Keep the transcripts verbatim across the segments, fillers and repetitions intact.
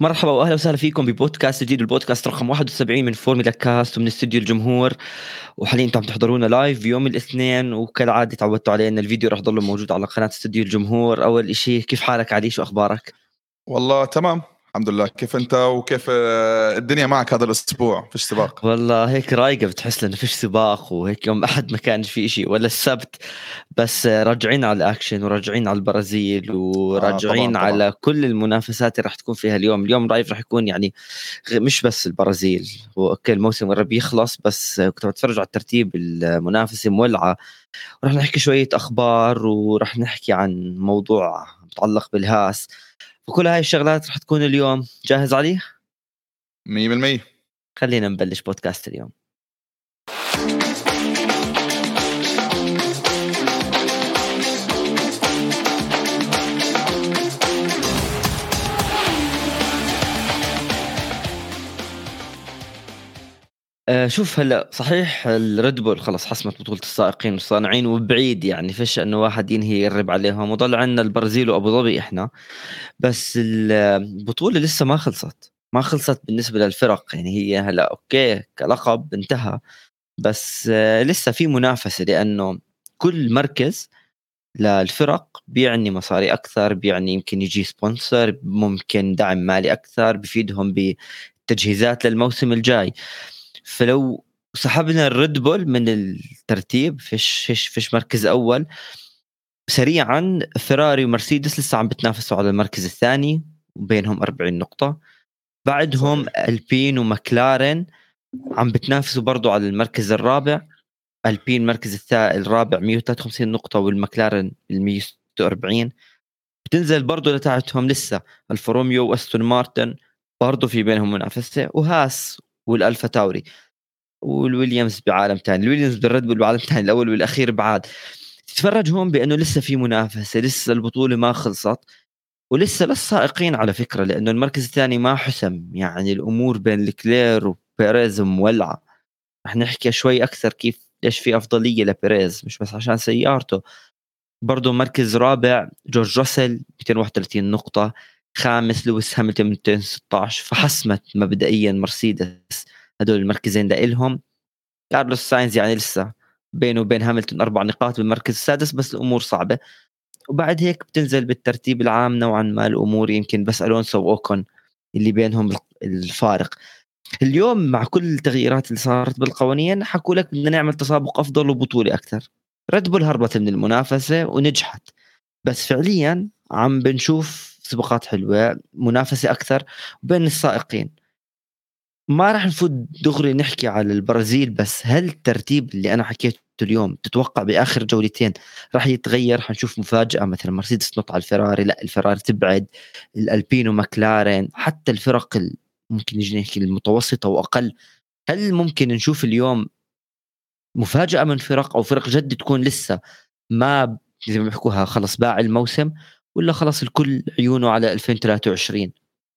مرحبا واهلا وسهلا فيكم ببودكاست جديد، البودكاست رقم واحد وسبعين من فورمولا كاست ومن استوديو الجمهور. وحاليا انتم عم تحضرونا لايف بيوم الاثنين، وكالعاده تعودتوا علي ان الفيديو راح يضل موجود على قناه استوديو الجمهور. اول إشي، كيف حالك علي؟ شو اخبارك؟ والله تمام الحمد لله. كيف انت وكيف الدنيا معك هذا الاسبوع؟ فيش سباق؟ والله هيك رايقه، بتحس لانه فيش سباق وهيك يوم احد ما كانش في إشي ولا السبت، بس راجعين على الاكشن وراجعين على البرازيل آه طبعا وراجعين طبعا. على كل المنافسات اللي راح تكون فيها اليوم. اليوم لايف راح يكون يعني مش بس البرازيل، هو اوكي الموسم قرب يخلص، بس كنت بتفرج على الترتيب المنافسه مولعه. ورح نحكي شويه اخبار ورح نحكي عن موضوع متعلق بالهاس، وكل هاي الشغلات رح تكون اليوم. جاهز عليه؟ مية بالمية. خلينا نبلش بودكاست اليوم. آه شوف، هلا صحيح الريد بول خلص حسمت بطولة السائقين والصانعين وبعيد، يعني فيش انه واحد ينهي يقرب عليهم، وضل عندنا البرازيل وابو ظبي احنا. بس البطولة لسه ما خلصت ما خلصت بالنسبة للفرق، يعني هي هلا اوكي كلقب انتهى، بس آه لسه في منافسة، لانه كل مركز للفرق بيعني مصاري اكثر، بيعني يمكن يجي سبونسر، ممكن دعم مالي اكثر بفيدهم بتجهيزات للموسم الجاي. فلو سحبنا الريد بول من الترتيب، فيش فيش فيش مركز اول سريعا، فيراري ومرسيدس لسه عم بتنافسوا على المركز الثاني وبينهم أربعين نقطة. بعدهم صحيح. ألبين ومكلارن عم بتنافسوا برضو على المركز الرابع. ألبين مركز الثالث الرابع مية وثلاثة وخمسين نقطة، والمكلارن مية وستة وأربعين. بتنزل برضو لتحتهم لسه الفروميو واستون مارتن، برضو في بينهم منافسة، وهاس والألفا تاوري والويليامز بعالم تاني. الويليامز بالريد بول بعالم تاني، الأول والأخير بعاد. تتفرج هون بأنه لسه في منافسة، لسه البطولة ما خلصت، ولسه للسائقين على فكرة، لأنه المركز الثاني ما حسم، يعني الأمور بين لكلير وبيريز مولعة. رح نحكي شوي أكثر كيف ليش في أفضلية لبيريز، مش بس عشان سيارته. برضو مركز رابع جورج راسل مئتين وواحد وثلاثين نقطة، خامس لويس هامilton مئتين وستة عشر. فحسمت مبدئيا مرسيدس هدول المركزين لإلهم. كارلوس ساينز يعني لسه بينه وبين هامilton أربع نقاط بالمركز السادس، بس الأمور صعبة. وبعد هيك بتنزل بالترتيب العام نوعا ما الأمور، يمكن بس ألونسو وأوكون اللي بينهم الفارق. اليوم مع كل التغييرات اللي صارت بالقوانين حكوا لك بدنا نعمل تسابق أفضل وبطولة أكثر. ريد بول هربت من المنافسة ونجحت، بس فعليا عم بنشوف سباقات حلوة، منافسة أكثر بين السائقين. ما راح نفوت دغري نحكي على البرازيل، بس هل الترتيب اللي أنا حكيته اليوم تتوقع بآخر جولتين راح يتغير؟ حنشوف مفاجأة مثلا مرسيدس تنط على الفراري، لا الفراري تبعد، الألبين ومكلارين، حتى الفرق ال- ممكن نجي نحكي المتوسطة وأقل. هل ممكن نشوف اليوم مفاجأة من فرق، أو فرق جد تكون لسه ما زي ما بيحكوها خلص باع الموسم، ولا خلص الكل عيونه على ألفين وثلاثة وعشرين؟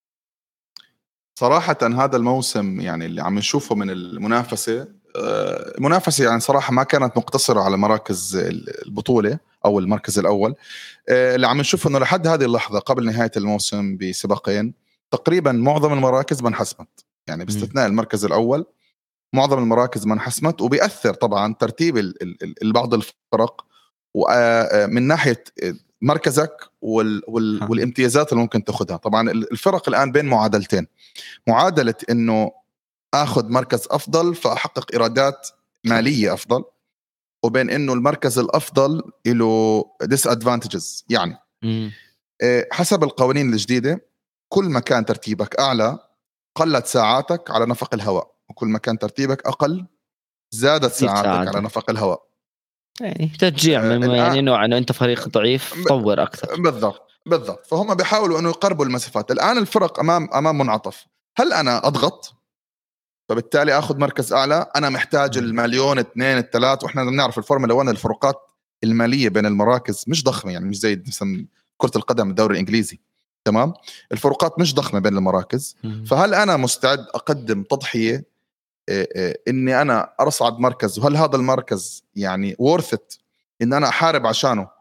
صراحة هذا الموسم يعني اللي عم نشوفه من المنافسة، آه، منافسة يعني صراحة ما كانت مقتصرة على مراكز البطولة أو المركز الأول. آه، اللي عم نشوفه إنه لحد هذه اللحظة قبل نهاية الموسم بسباقين تقريبا معظم المراكز ما انحسمت، يعني باستثناء المركز الأول معظم المراكز ما انحسمت. وبيأثر طبعا ترتيب ال- ال- ال- بعض الفرق ومن ناحية مركزك وال وال ها. والامتيازات اللي ممكن تاخذها. طبعا الفرق الآن بين معادلتين: معادلة إنه أخذ مركز أفضل فأحقق إيرادات صح. مالية أفضل، وبين إنه المركز الأفضل له disadvantages. يعني مم. آه، حسب القوانين الجديدة كل ما كان ترتيبك أعلى قلت ساعاتك على نفق الهواء، وكل ما كان ترتيبك أقل زادت تزيد ساعاتك على سعادة، نفق الهواء. يعني تشجيع آه من الآن يعني نوع انه انت فريق ضعيف طور اكثر. بالضبط بالضبط، فهم بيحاولوا انه يقربوا المسافات. الان الفرق امام امام منعطف: هل انا اضغط فبالتالي اخذ مركز اعلى؟ انا محتاج مم. المليون اثنين الثلاث، واحنا بنعرف الفورمولا واحد الفروقات الماليه بين المراكز مش ضخمه، يعني مش زي مثلا كره القدم الدوري الانجليزي. تمام، الفروقات مش ضخمه بين المراكز. مم. فهل انا مستعد اقدم تضحيه إيه إيه اني انا اصعد مركز؟ وهل هذا المركز يعني worth it ان انا احارب عشانه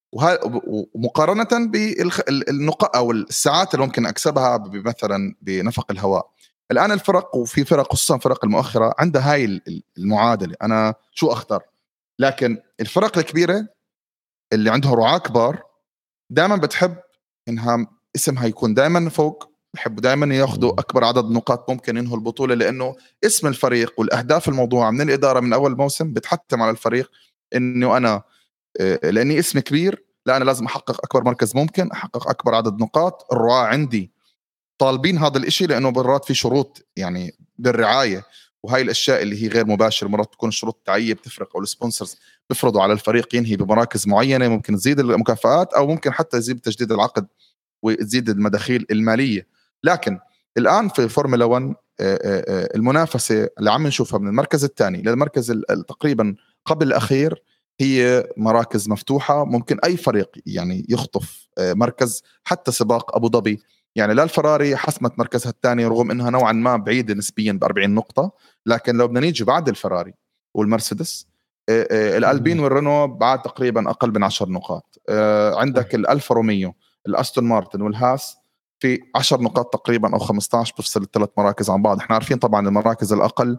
ومقارنة بالنقاط أو الساعات اللي ممكن أكسبها مثلا بنفق الهواء. الآن الفرق، وفي فرق خصوصا فرق المؤخرة عندها هاي المعادلة، أنا شو أختار؟ لكن الفرق الكبيرة اللي عندها رعاة كبار دائما بتحب إنها اسمها يكون دائما فوق، بحبوا دائما ياخذوا أكبر عدد نقاط ممكن ينهوا البطولة، لأنه اسم الفريق والأهداف الموضوعة من الإدارة من أول موسم بتحتم على الفريق إنه أنا لأني اسم كبير، لا أنا لازم أحقق أكبر مركز ممكن، أحقق أكبر عدد نقاط. الرعاة عندي طالبين هذا الإشي، لأنه برات في شروط يعني بالرعاية، وهاي الأشياء اللي هي غير مباشر مرات تكون شروط التعيين بتفرق، أو السبونسرز بيفرضوا على الفريق ينهي بمراكز معينة، ممكن تزيد المكافآت أو ممكن حتى يزيد تجديد العقد وتزيد المداخيل المالية. لكن الآن في فورمولا واحد المنافسة اللي عم نشوفها من المركز الثاني للمركز تقريبا قبل الأخير هي مراكز مفتوحة، ممكن أي فريق يعني يخطف مركز. حتى سباق أبو ظبي يعني لا الفراري حسمت مركزها الثاني رغم أنها نوعا ما بعيدة نسبيا بأربعين نقطة، لكن لو بدنا نيجي بعد الفراري والمرسيدس الألبين والرينو بعد تقريبا أقل من عشر نقاط. عندك الألفا روميو الأستون مارتن والهاس في عشر نقاط تقريبا أو خمسة عشر، بفصل الثلاث مراكز عن بعض. احنا عارفين طبعا المراكز الأقل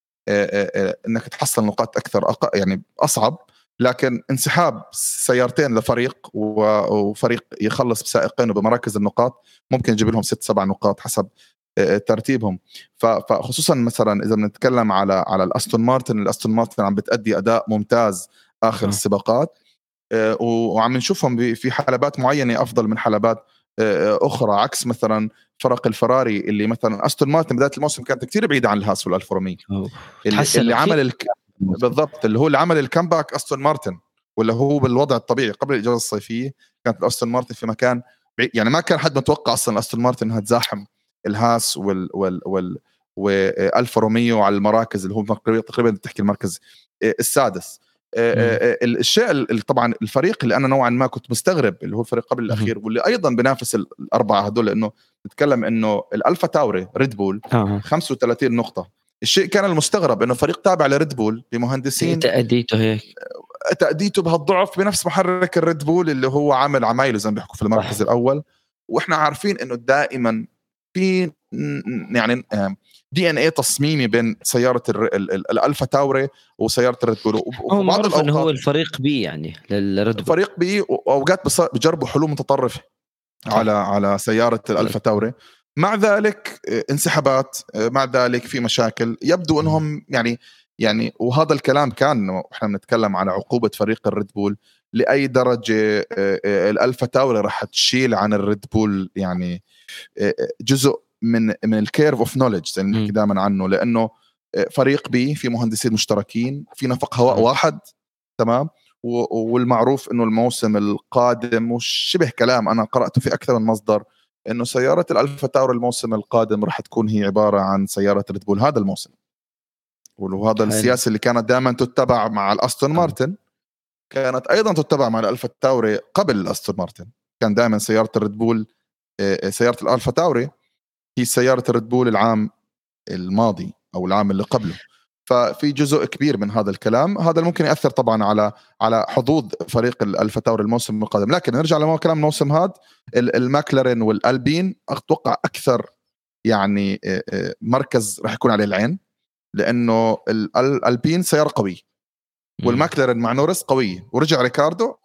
انك تحصل نقاط أكثر أقل يعني أصعب، لكن انسحاب سيارتين لفريق وفريق يخلص بسائقين وبمراكز النقاط ممكن يجيب لهم ست سبع نقاط حسب ترتيبهم. فخصوصا مثلا إذا بنتكلم على على الأستون مارتن، الأستون مارتن عم بتأدي أداء ممتاز آخر السباقات، وعم نشوفهم في حلبات معينة أفضل من حلبات أخرى، عكس مثلا فرق الفراري اللي مثلا أستون مارتن بداية الموسم كانت كتير بعيدة عن الهاس والألفا روميو. اللي, اللي عمل الك... بالضبط اللي هو اللي عمل الكامباك أستون مارتن، ولا هو بالوضع الطبيعي قبل الإجازة الصيفية كانت أستون مارتن في مكان بعيد. يعني ما كان حد متوقع أصلا أستون مارتن إنها تزاحم الهاس وال وال وال والألفا روميو على المراكز اللي هو تقريبا تحكي المركز السادس. الشيء طبعا الفريق اللي انا نوعا ما كنت مستغرب اللي هو الفريق قبل الاخير واللي ايضا بينافس الاربعه هذول، لانه نتكلم انه الالفا تاوري ريد بول خمسة وثلاثين نقطه. الشيء كان المستغرب انه فريق تابع لريد بول بمهندسين تأديته هيك تأديته بهالضعف بنفس محرك الريد بول اللي هو عامل عمايله زي ما بيحكوا في المركز الاول. واحنا عارفين انه دائما في يعني دي ان ايه تصميمي بين سياره الالفا تاوري وسياره الريد بول. وبعض الاوقات هو الفريق بي يعني للريد بول فريق بي، واوقات بيجربوا حلول متطرفه على على سياره الالفا تاوري، مع ذلك انسحابات، مع ذلك في مشاكل. يبدو انهم يعني يعني وهذا الكلام كان احنا بنتكلم على عقوبه فريق الريد بول لاي درجه الالفا تاوري راح تشيل عن الريد بول يعني جزء من من الكيرف اوف نوليدج زي ما دائما عنه، لانه فريق بي في مهندسين مشتركين في نفق هواء واحد تمام. والمعروف انه الموسم القادم وشبه كلام انا قرأته في اكثر من مصدر انه سياره الالفا تاور الموسم القادم راح تكون هي عباره عن سياره ريد بول هذا الموسم. وهذا السياسه اللي كانت دائما تتبع مع الاستون مارتن كانت ايضا تتبع مع الالفا تاوري قبل الاستون مارتن. كان دائما سياره الريد بول سياره الالفا تاوري هي سياره الريد بول العام الماضي او العام اللي قبله. ففي جزء كبير من هذا الكلام هذا ممكن يأثر طبعا على على حظوظ فريق الألفا تاوري الموسم القادم. لكن نرجع لما كلام الموسم هذا الماكلارين والألبين أتوقع أكثر يعني مركز راح يكون عليه العين، لأنه الألبين سيارة قوي والماكلارين مع نورس قوية ورجع ريكاردو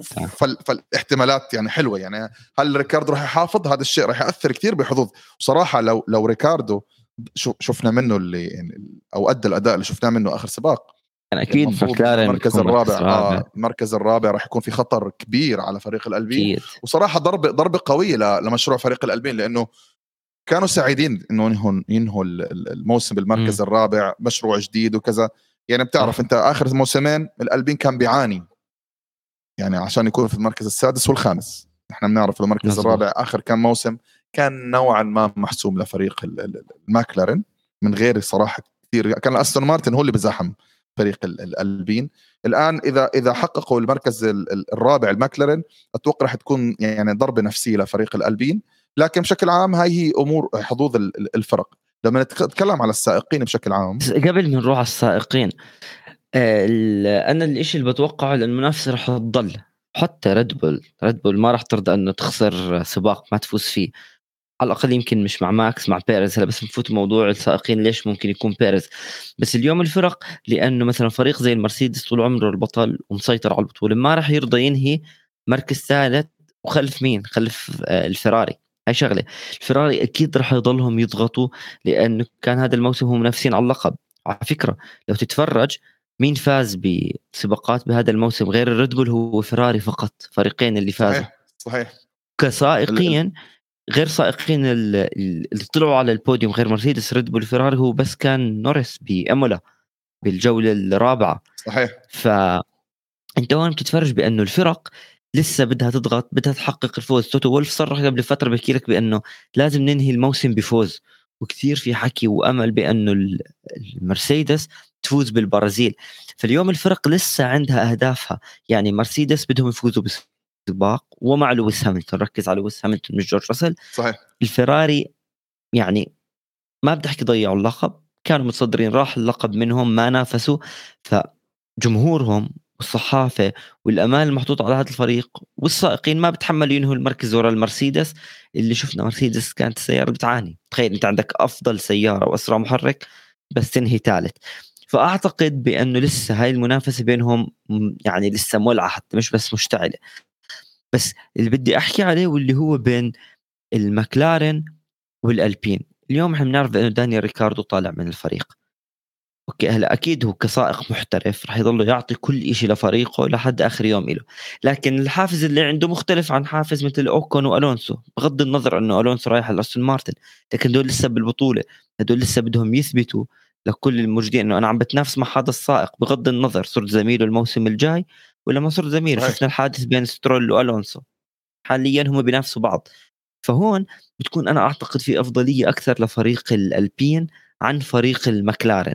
فالاحتمالات يعني حلوة. يعني هل ريكاردو راح يحافظ؟ هذا الشيء راح يأثر كثير بحظوظ. وصراحة لو لو ريكاردو شفنا منه اللي يعني او ادى الاداء اللي شفناه منه اخر سباق يعني اكيد المركز الرابع آه المركز الرابع راح يكون في خطر كبير على فريق الألبين كيد. وصراحه ضربه ضربه قويه لمشروع فريق الألبين، لانه كانوا سعيدين انه ينهوا ينهوا الموسم بالمركز م. الرابع، مشروع جديد وكذا. يعني بتعرف آه. انت اخر موسمين الألبين كان بيعاني يعني عشان يكون في المركز السادس والخامس. احنا بنعرف المركز مزبوط. الرابع اخر كان موسم كان نوعا ما محسوم لفريق الماكلارين من غير صراحه كثير. كان أستون مارتن هو اللي بزاحم فريق الألبين. الان اذا اذا حققوا المركز الرابع الماكلارين اتوقع راح تكون يعني ضربه نفسيه لفريق الألبين. لكن بشكل عام هاي هي امور حظوظ الفرق. لما نتكلم على السائقين بشكل عام قبل ما نروح على السائقين، انا الاشي اللي بتوقعه المنافسه راح تضل حتى ريد بول ريد بول ما راح ترضى انه تخسر سباق ما تفوز فيه، على الاقل يمكن مش مع ماكس مع بيريز. هلا بس نفوت موضوع السائقين ليش ممكن يكون بيريز. بس اليوم الفرق لانه مثلا فريق زي المرسيدس طول عمره البطل ومسيطر على البطوله ما راح يرضى ينهي مركز ثالث وخلف مين، خلف آه الفراري. هاي شغله، الفراري اكيد راح يضلهم يضغطوا لانه كان هذا الموسم هم منافسين على اللقب. على فكره لو تتفرج مين فاز بسباقات بهذا الموسم غير الريد بول هو فراري فقط، فريقين اللي فازوا. صحيح صحيح. كسائقين غير سائقين اللي طلعوا على البوديوم غير مرسيدس ريد بول فيراري هو بس كان نوريس بأمولا بالجولة الرابعة. صحيح. فأنت هون بتتفرج بأنه الفرق لسه بدها تضغط، بدها تحقق الفوز. توتو وولف صرح قبل فترة بحكي لك بأنه لازم ننهي الموسم بفوز، وكثير في حكي وأمل بأنه المرسيدس تفوز بالبرازيل. فاليوم الفرق لسه عندها أهدافها، يعني مرسيدس بدهم يفوزوا بس سباق ومع لويس هاملتون، ركز على لويس هاملتون مش جورج راسل. صحيح. الفراري يعني ما بدي احكي ضيعوا اللقب، كانوا متصدرين راح اللقب منهم ما نافسوا. فجمهورهم والصحافة والأمان المحطوط على هذا الفريق والسائقين ما بتحملوا ينهوا المركز وراء المرسيدس اللي شفنا. مرسيدس كانت السيارة بتعاني، تخيل انت عندك أفضل سيارة وأسرع محرك بس تنهي ثالث. فأعتقد بأنه لسه هاي المنافسة بينهم يعني لسه مولعة حتى مش بس مشتعلة. بس اللي بدي أحكي عليه واللي هو بين المكلارن والألبين، اليوم احنا بنعرف انه دانيال ريكاردو طالع من الفريق. اوكي هلا اكيد هو كسائق محترف رح يضل يعطي كل إشي لفريقه لحد اخر يوم له، لكن الحافز اللي عنده مختلف عن حافز مثل اوكون والونسو، بغض النظر انه الونسو رايح على استون مارتن، لكن دول لسه بالبطوله، هدول لسه بدهم يثبتوا لكل الموجودين انه انا عم بتنافس مع هذا السائق، بغض النظر صرت زميله الموسم الجاي ولا ما صرت زميله. صحيح. شفنا الحادث بين سترول والونسو، حاليا هم بينافسوا بعض. فهون بتكون أنا أعتقد في أفضلية أكثر لفريق الألبين عن فريق المكلارن.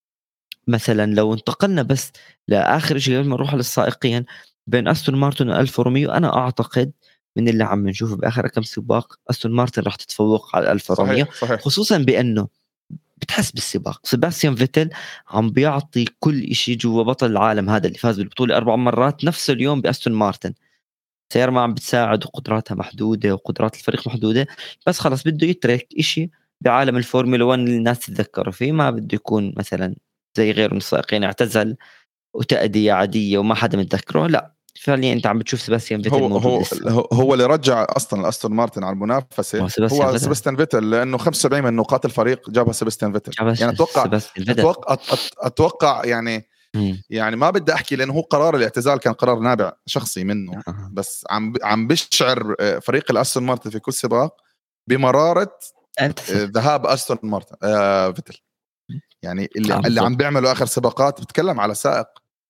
مثلا لو انتقلنا بس لآخر شيء قبل ما نروح للسائقين بين أستون مارتن وألفا روميو، أنا أعتقد من اللي عم نشوفه بآخر كم سباق أستون مارتن راح تتفوق على ألفا روميو، صحيح. خصوصا بأنه بتحس بالسباق سيباستيان فيتل عم بيعطي كل إشي جوا بطل العالم هذا اللي فاز بالبطولة أربع مرات نفس اليوم بأستون مارتن. سيارة ما عم بتساعد وقدراتها محدودة وقدرات الفريق محدودة، بس خلص بده يترك إشي بعالم الفورمولا واحد اللي الناس تتذكره فيه، ما بده يكون مثلا زي غيره من السائقين اعتزل وتأدية عادية وما حدا متذكره. لا فعليا انت عم بتشوف سيباستيان فيتل هو موجود هو لسه. هو اللي رجع اصلا استون مارتن على المنافسه هو هو سيباستيان فيتل. سيباستيان فيتل، لانه خمسة وسبعين من نقاط الفريق جابها سيباستيان فيتل. جابها يعني اتوقع سيباستيان فيتل. اتوقع أت- اتوقع يعني مم. يعني ما بدي احكي لانه هو قرار الاعتزال كان قرار نابع شخصي منه، آه. بس عم عم بيشعر آه، فريق الاستون مارتن في كل سباق بمراره انت آه، ذهاب استون مارتن آه فيتل. يعني اللي آه اللي بالضبط. عم بيعملوا اخر سباقات بتتكلم على سائق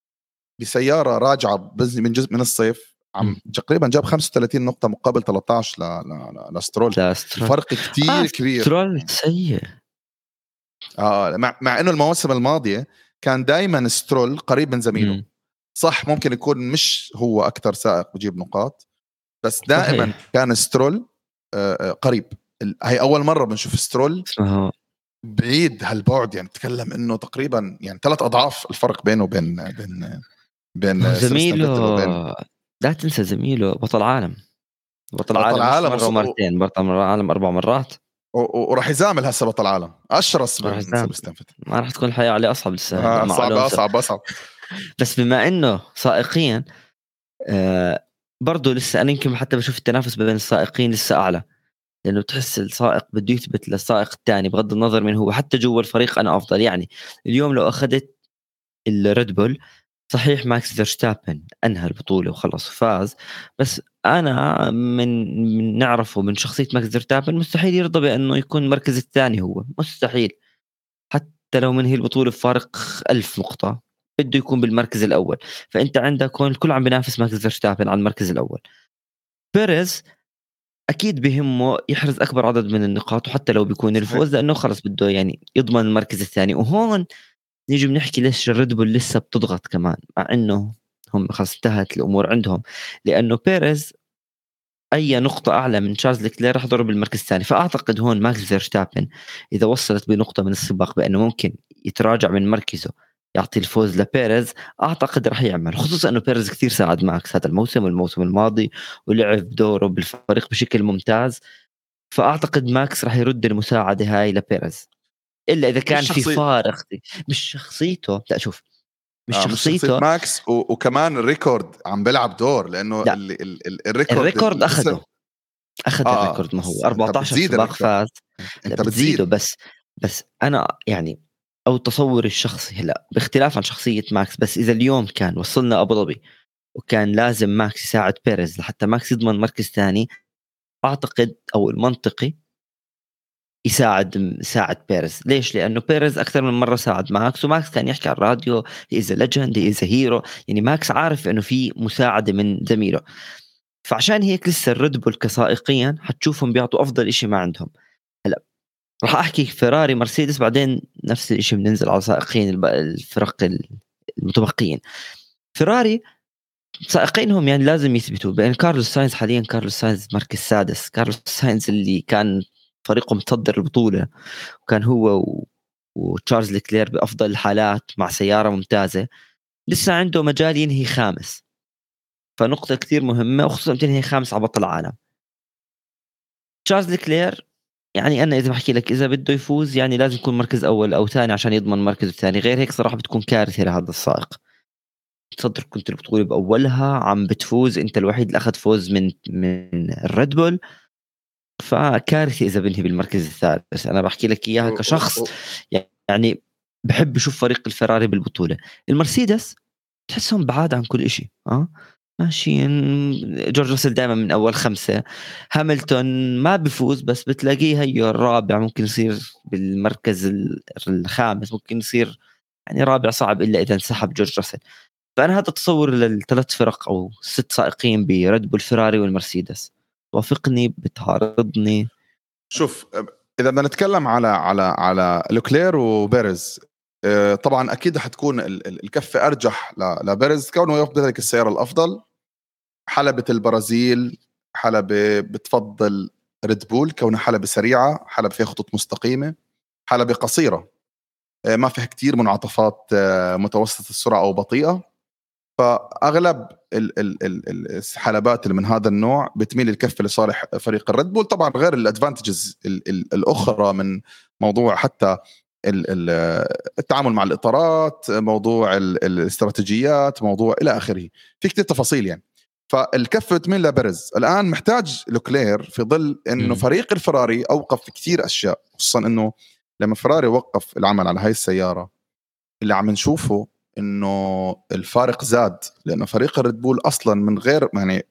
بسياره راجعه بز- من جزء من الصيف عم مم. تقريبا جاب خمسة وثلاثين نقطه مقابل ثلاثة عشر ل ل لسترول. لا سترول. فرق كتير آه كبير. سترول سيء. اه مع, مع انه المواسم الماضيه كان دائما سترول قريب من زميله. مم. صح ممكن يكون مش هو اكثر سائق بجيب نقاط، بس دائما صحيح. كان سترول آه آه قريب. ال- هي اول مره بنشوف سترول اسمه بعيد هالبعد، يعني تكلم انه تقريبا يعني ثلاث اضعاف الفرق بينه وبين بين بين زميله. وبين لا تنسى زميله بطل عالم، بطل بطل عالم مش عالم مرة وص... ومرتين، بطل عالم أربع مرات وراح يزامل هسه بطل عالم اشرس راح من يزام. سيباستيان فيتل. ما راح تكون الحياة عليه أصعب لسه هلا آه مع صعب ألونسو. اصعب اصعب. بس بما إنه سائقين آه برضو لسه أنا يمكن حتى بشوف التنافس بين السائقين لسه أعلى، لأنه تحس السائق بده يثبت للسائق الثاني بغض النظر من هو، حتى جوا الفريق أنا أفضل. يعني اليوم لو أخذت الريد بول صحيح ماكس فيرستابن أنهى البطولة وخلص وفاز، بس أنا من, من نعرفه من شخصية ماكس فيرستابن مستحيل يرضى بأنه يكون المركز الثاني، هو مستحيل حتى لو منهي البطولة بفارق ألف نقطة بده يكون بالمركز الأول. فأنت عندك هون الكل عم بينافس ماكس فيرستابن على المركز الأول. بيريز أكيد بهمه يحرز أكبر عدد من النقاط وحتى لو بيكون الفوز، لأنه خلص بده يعني يضمن المركز الثاني. وهون نيجي بنحكي ليش الريد بول لسه بتضغط كمان مع انه هم خلص انتهت الامور عندهم، لانه بيريز اي نقطه اعلى من شارلز لكلير راح يضرب بالمركز الثاني. فاعتقد هون ماكس فيرستابن اذا وصلت بنقطه من السباق بانه ممكن يتراجع من مركزه يعطي الفوز لبيريز أعتقد رح يعمل، خصوصا أنه بيريز كثير ساعد ماكس هذا الموسم والموسم الماضي ولعب دوره بالفريق بشكل ممتاز. فأعتقد ماكس رح يرد المساعدة هاي لبيريز، إلا إذا كان في شخصي... فارق. مش شخصيته، لا شوف مش آه مش شخصية شخصيته. ماكس و... وكمان الريكورد عم بلعب دور، لأنه لا ال... ال... ال... الريكورد الريكورد الاسم... أخده أخذ آه الريكورد، ما هو بس أنت أربعة عشر بتزيد سباق الريكورد، فاز. لا أنت بتزيده، بتزيد. بس بس أنا يعني أو تصور الشخصي هلا باختلاف عن شخصية ماكس. بس إذا اليوم كان وصلنا أبو ظبي وكان لازم ماكس يساعد بيريز لحتى ماكس يضمن مركز ثاني، أعتقد أو المنطقي يساعد يساعد بيريز. ليش؟ لأنه بيريز أكثر من مرة ساعد ماكس، وماكس كان يحكي على الراديو he is a legend he is a hero. يعني ماكس عارف إنه في مساعدة من زميله، فعشان هيك لسه الريد بول كسائقيا حتشوفهم بيعطوا أفضل إشي ما عندهم. هلا راح أحكي فيراري مرسيدس بعدين نفس الإشي بننزل على سائقين الفرق المتبقيين. فيراري سائقينهم يعني لازم يثبتوا، بين كارلوس ساينز حاليا كارلوس ساينز مركز سادس. كارلوس ساينز اللي كان فريقه متصدر البطولة وكان هو و... وتشارلز ليكلير بأفضل الحالات مع سيارة ممتازة، لسه عنده مجال ينهي خامس. فنقطة كثير مهمة، وخصوصا تنهي خامس على بطل العالم. تشارلز ليكلير يعني أنا إذا بحكي لك إذا بده يفوز يعني لازم يكون مركز أول أو ثاني عشان يضمن مركز الثاني، غير هيك صراحة بتكون كارثة لهذا السائق. تصدر كنت البطولة بأولها عم بتفوز، أنت الوحيد اللي أخذ فوز من من الريد بول، فكارثة إذا بنهي بالمركز الثالث. أنا بحكي لك إياها كشخص يعني بحب أشوف فريق الفراري بالبطولة. المرسيدس تحسهم بعاد عن كل إشي، أه ماشيين. جورج راسل دائما من أول خمسة، هاملتون ما بيفوز بس بتلاقيه هي الرابع، ممكن يصير بالمركز الخامس، ممكن يصير يعني رابع صعب إلا إذا انسحب جورج راسل. فأنا هذا تصور للثلاث فرق أو ست سائقين بريد بول فراري والمرسيدس. وافقني بتعارضني؟ شوف، إذا بدنا نتكلم على على على لوكلير وبيريز، طبعا أكيد حتكون الكفة أرجح لبيريز كونه يمتلك السيارة الأفضل. حلبة البرازيل حلبة بتفضل ريد بول كونها حلبة سريعة، حلبة فيها خطوط مستقيمة، حلبة قصيرة ما فيها كتير منعطفات متوسطة السرعة أو بطيئة. فأغلب الحلبات اللي من هذا النوع بتميل الكفة لصالح فريق الريد بول، طبعا غير الادفانتجز الأخرى من موضوع حتى التعامل مع الإطارات، موضوع الاستراتيجيات، موضوع إلى آخره، في كتير تفاصيل يعني. فالكفة تميل لبيريز. الآن محتاج لوكلير في ظل إنه فريق الفراري أوقف كتير أشياء، خصوصا إنه لما فراري وقف العمل على هاي السيارة اللي عم نشوفه إنه الفارق زاد، لأنه فريق الريد بول أصلا من غير يعني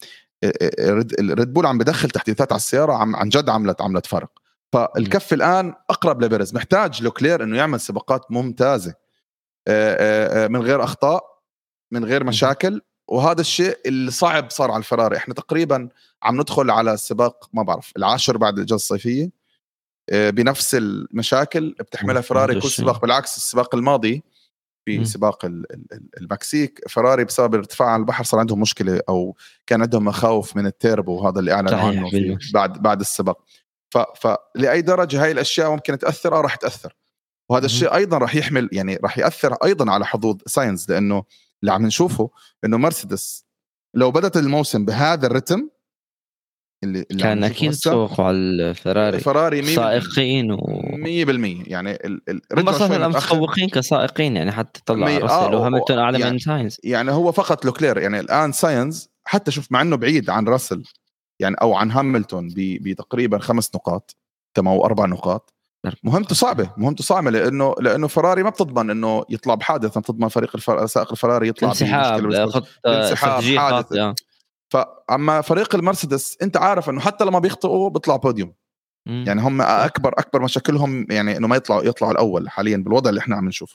الريد بول عم بدخل تحديثات على السيارة عم عن جد عملت عملت فرق. فالكف الآن أقرب لبيريز. محتاج لوكلير إنه يعمل سباقات ممتازة من غير أخطاء من غير مشاكل، وهذا الشيء اللي صعب صار على الفراري. احنا تقريبا عم ندخل على السباق ما بعرف العاشر بعد الإجازة الصيفية بنفس المشاكل بتحملها فراري كل سباق. بالعكس السباق الماضي في سباق المكسيك فراري بسبب ارتفاع على البحر صار عندهم مشكلة أو كان عندهم مخاوف من التيربو، وهذا اللي أعلن عنه في بعد بعد السباق. فلأي درجة هاي الأشياء ممكن تأثر أو راح تأثر، وهذا الشيء أيضا راح يحمل يعني راح يأثر أيضا على حظوظ ساينز، لأنه اللي عم نشوفه إنه مرسيدس لو بدأت الموسم بهذا الرتم اللي, اللي كان أكيد سوق على الفراري فراري سائقين مية بالمية يعني هم صاروا متفوقين كسائقين يعني حتى طلع راسل وهاملتون أعلى يعني من ساينز. يعني هو فقط لوكلير يعني الآن ساينز حتى شوف مع إنه بعيد عن راسل يعني أو عن هاملتون بتقريبا خمس نقاط تمام أو أربع نقاط. مهمته صعبة مهمته صعبة لأنه لأنه فراري ما بتضمن إنه يطلع بحادث، ما بتضمن فريق الفر... سائق الفراري يطلع بمشكلة بانسحاب حادث. فأما فريق المرسيدس أنت عارف إنه حتى لما بيخطئوا بيطلع بوديوم. مم. يعني هم أكبر أكبر مشاكلهم يعني إنه ما يطلعوا يطلعوا الأول حاليا بالوضع اللي إحنا عم نشوفه.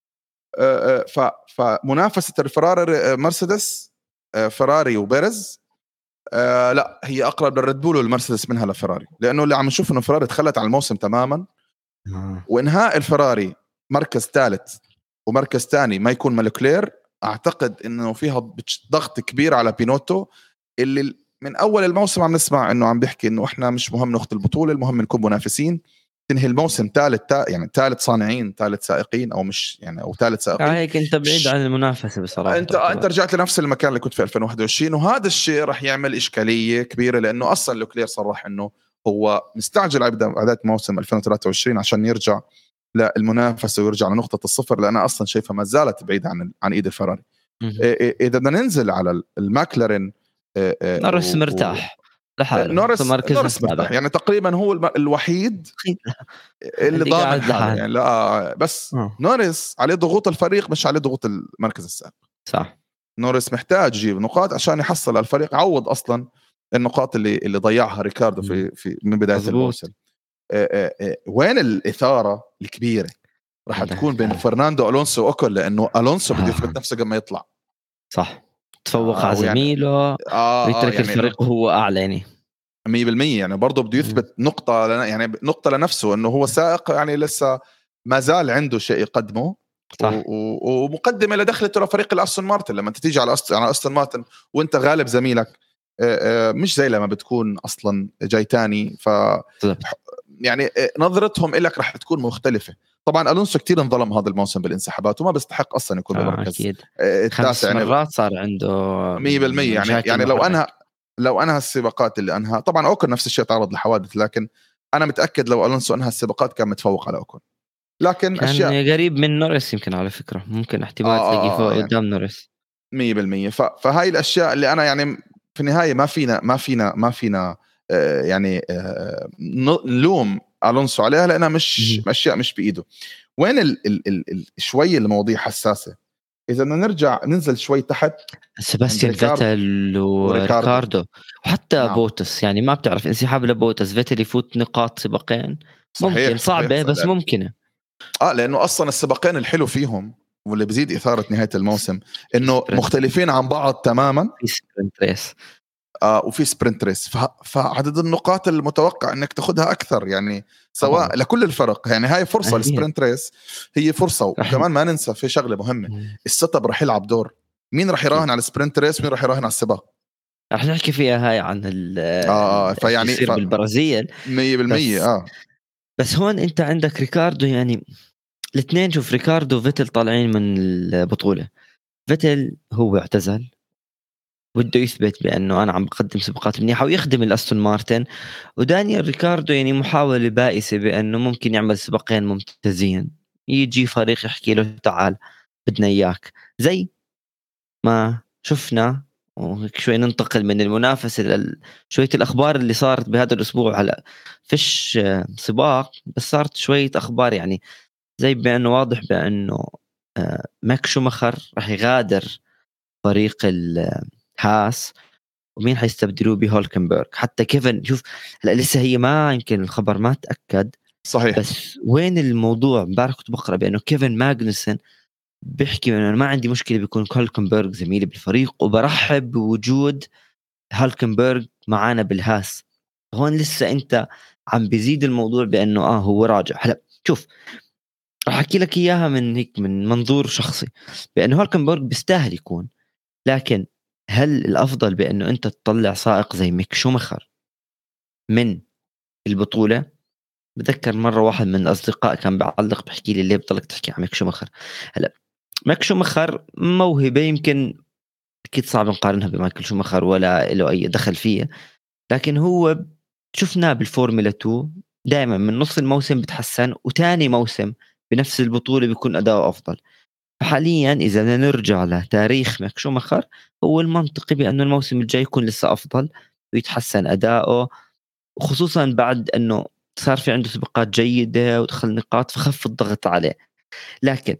ف فمنافسة الفراري مرسيدس فراري وبيريز لا هي أقرب للريد بول والمرسيدس منها لفراري، لأنه اللي عم نشوف إنه فراري تخلت عن الموسم تماما. وإنهاء الفراري مركز ثالث ومركز ثاني ما يكون مالوكلير، أعتقد إنه فيها ضغط كبير على بينوتو اللي من أول الموسم عم نسمع إنه عم بيحكي إنه إحنا مش مهم ناخذ البطولة، المهم نكون منافسين. تنهي الموسم ثالث يعني ثالث صانعين ثالث سائقين او مش يعني او ثالث سائقين هيك انت بعيد عن المنافسه بصراحه. انت انت رجعت لنفس المكان اللي كنت في ألفين وواحد وعشرين، وهذا الشيء راح يعمل اشكاليه كبيره لانه اصلا لوكلير صرح انه هو مستعجل على بدايه موسم ألفين وثلاثة وعشرين عشان يرجع للمنافسه ويرجع لنقطه الصفر، لأن اصلا شايفها ما زالت بعيده عن عن ايد الفراري. اذا بدنا ننزل على الماكلارين نورس مرتاح لحاله، نورس نورس مرتاح يعني تقريبا هو الوحيد اللي ضامن حاله يعني. لا بس أوه. نورس عليه ضغوط الفريق مش عليه ضغوط المركز السابق. صح، نورس محتاج يجيب نقاط عشان يحصل الفريق يعوض اصلا النقاط اللي اللي ضيعها ريكاردو في في من بدايه مزبوط. الموسم. اه اه اه وين الاثاره الكبيره راح تكون بين فرناندو الونسو واوكون، لانه الونسو بده يثبت نفسه قبل ما يطلع. صح، تفوق آه على زميله يعني آه ويترك يعني الفريق وهو اعلى يعني مية بالمية يعني برضه بده يثبت نقطه لنا يعني نقطه لنفسه انه هو سائق يعني لسه ما زال عنده شيء يقدمه. صح. ومقدمه لدخلته لفريق الاستون مارتن. لما انت تيجي على أست... على استون مارتن وانت غالب زميلك مش زي لما بتكون اصلا جاي تاني، ف يعني نظرتهم لك راح تكون مختلفه. طبعا الونسو كتير انظلم هذا الموسم بالانسحابات وما بيستحق اصلا يكون بالمركز آه التاسع يعني مرات صار عنده مية بالمية يعني يعني لو انا لو انهى السباقات اللي انهى، طبعا اوكن نفس الشيء تعرض لحوادث، لكن انا متاكد لو الونسو انهى السباقات كان متفوق على اوكن. لكن كان أشياء قريب من نورس يمكن على فكرة، ممكن احتمال آه تلاقي فوق يعني قدام نورس مية بالمية. فهاي الأشياء اللي أنا يعني في النهاية ما فينا ما فينا ما فينا آه يعني آه نلوم ألونسو عليها لأنها مش م- أشياء مش بإيده. وين ال ال ال ال شوي المواضيع حساسة. إذا بدنا نرجع ننزل شوي تحت، سيباستيان فيتل وريكاردو وحتى نعم. بوتس يعني ما بتعرف انسحاب لبوتس، فيتل يفوت نقاط سباقين صحيح ممكن صعبة صحيح بس لأن... ممكنة اه لانه اصلا السباقين الحلو فيهم واللي بيزيد اثاره نهايه الموسم انه سبرنت. مختلفين عن بعض تماما. في سبرنت ريس اه وفي سبرنت ريس، فعدد النقاط المتوقع انك تاخذها اكثر يعني سواء أوه. لكل الفرق يعني. هاي فرصه السبرنت ريس هي فرصه. وكمان ما ننسى في شغله مهمه، السيت اب راح يلعب دور. مين راح يراهن على السبرنت ريس مين راح يراهن على السباق؟ راح نحكي فيها هاي عن ال اه فيعني يصير ف... بالبرازيل مية بالمية. بس... اه بس هون انت عندك ريكاردو يعني الاثنين. شوف ريكاردو وفيتل طالعين من البطولة. فيتل هو اعتزل وده يثبت بأنه أنا عم بقدم سباقات منيحة ويخدم الأستون مارتن. ودانيال ريكاردو يعني محاولة بائسة بأنه ممكن يعمل سباقين ممتازين، يجي فريق يحكي له تعال بدنا إياك، زي ما شفنا. وهيك شوي ننتقل من المنافسة لشوية الأخبار اللي صارت بهذا الأسبوع. هلا فيش سباق بس صارت شوية أخبار يعني زي بأنه واضح بأنه ماك شوماخر رح يغادر فريق الهاس ومين حيستبدلوه بهولكنبرغ. حتى كيفن شوف هلا لسه هي ما يمكن الخبر ما تأكد صحيح، بس وين الموضوع امبارح كنت بقرأ بأنه كيفن ماغنسون بيحكي انه انا ما عندي مشكله بيكون هولكنبرغ زميلي بالفريق وبرحب بوجود هولكنبرغ معانا بالهاس. هون لسه انت عم بيزيد الموضوع بانه اه هو راجع. هلا شوف راح احكي لك اياها من هيك من منظور شخصي بانه هولكنبرغ بيستاهل يكون، لكن هل الافضل بانه انت تطلع سائق زي ميك شوماخر من البطوله؟ بذكر مره واحد من الاصدقاء كان بيعلق بحكي لي ليه بضلك تحكي عن ميك شوماخر. هلا مايك شوماخر موهبة يمكن أكيد صعب نقارنها بمايكل شوماخر ولا له أي دخل فيه، لكن هو شفناه بالفورمولا اثنين دائما من نص الموسم بتحسن وتاني موسم بنفس البطولة بيكون أداؤه أفضل. فحاليا إذا بدنا نرجع لتاريخ مايك شوماخر هو المنطقي بأنه الموسم الجاي يكون لسه أفضل ويتحسن أداؤه، وخصوصا بعد أنه صار في عنده سباقات جيدة ودخل نقاط فخف الضغط عليه. لكن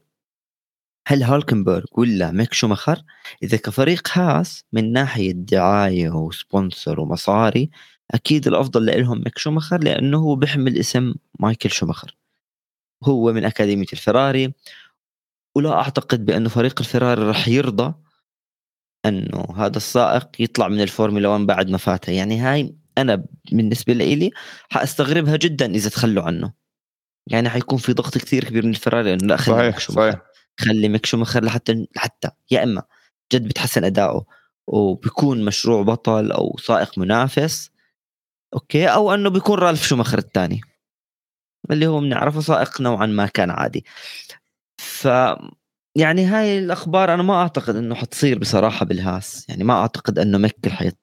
هل هولكنبرغ ولا ميك شوماخر؟ إذا كفريق هاس من ناحية دعاية وسبونسر ومصاري أكيد الأفضل لهم ميك شوماخر لأنه هو بيحمل اسم مايكل شوماخر، هو من أكاديمية الفراري. ولا أعتقد بأنه فريق الفراري رح يرضى أنه هذا السائق يطلع من الفورمولا واحد بعد ما فاتها. يعني هاي أنا بالنسبة لي حأستغربها جدا إذا تخلوا عنه. يعني حيكون في ضغط كثير كبير من الفراري أنه لا خلي ميك شوماخر خلي ميك شوماخر لحتى حتى يا إما جد بتحسن أداؤه وبيكون مشروع بطل أو سائق منافس أوكي، أو أنه بيكون رالف شوماخر الثاني. اللي هو بنعرفه سائق نوعا ما كان عادي. ف يعني هاي الأخبار أنا ما أعتقد إنه حتصير بصراحة بالهاس، يعني ما أعتقد إنه مكل حيطلع.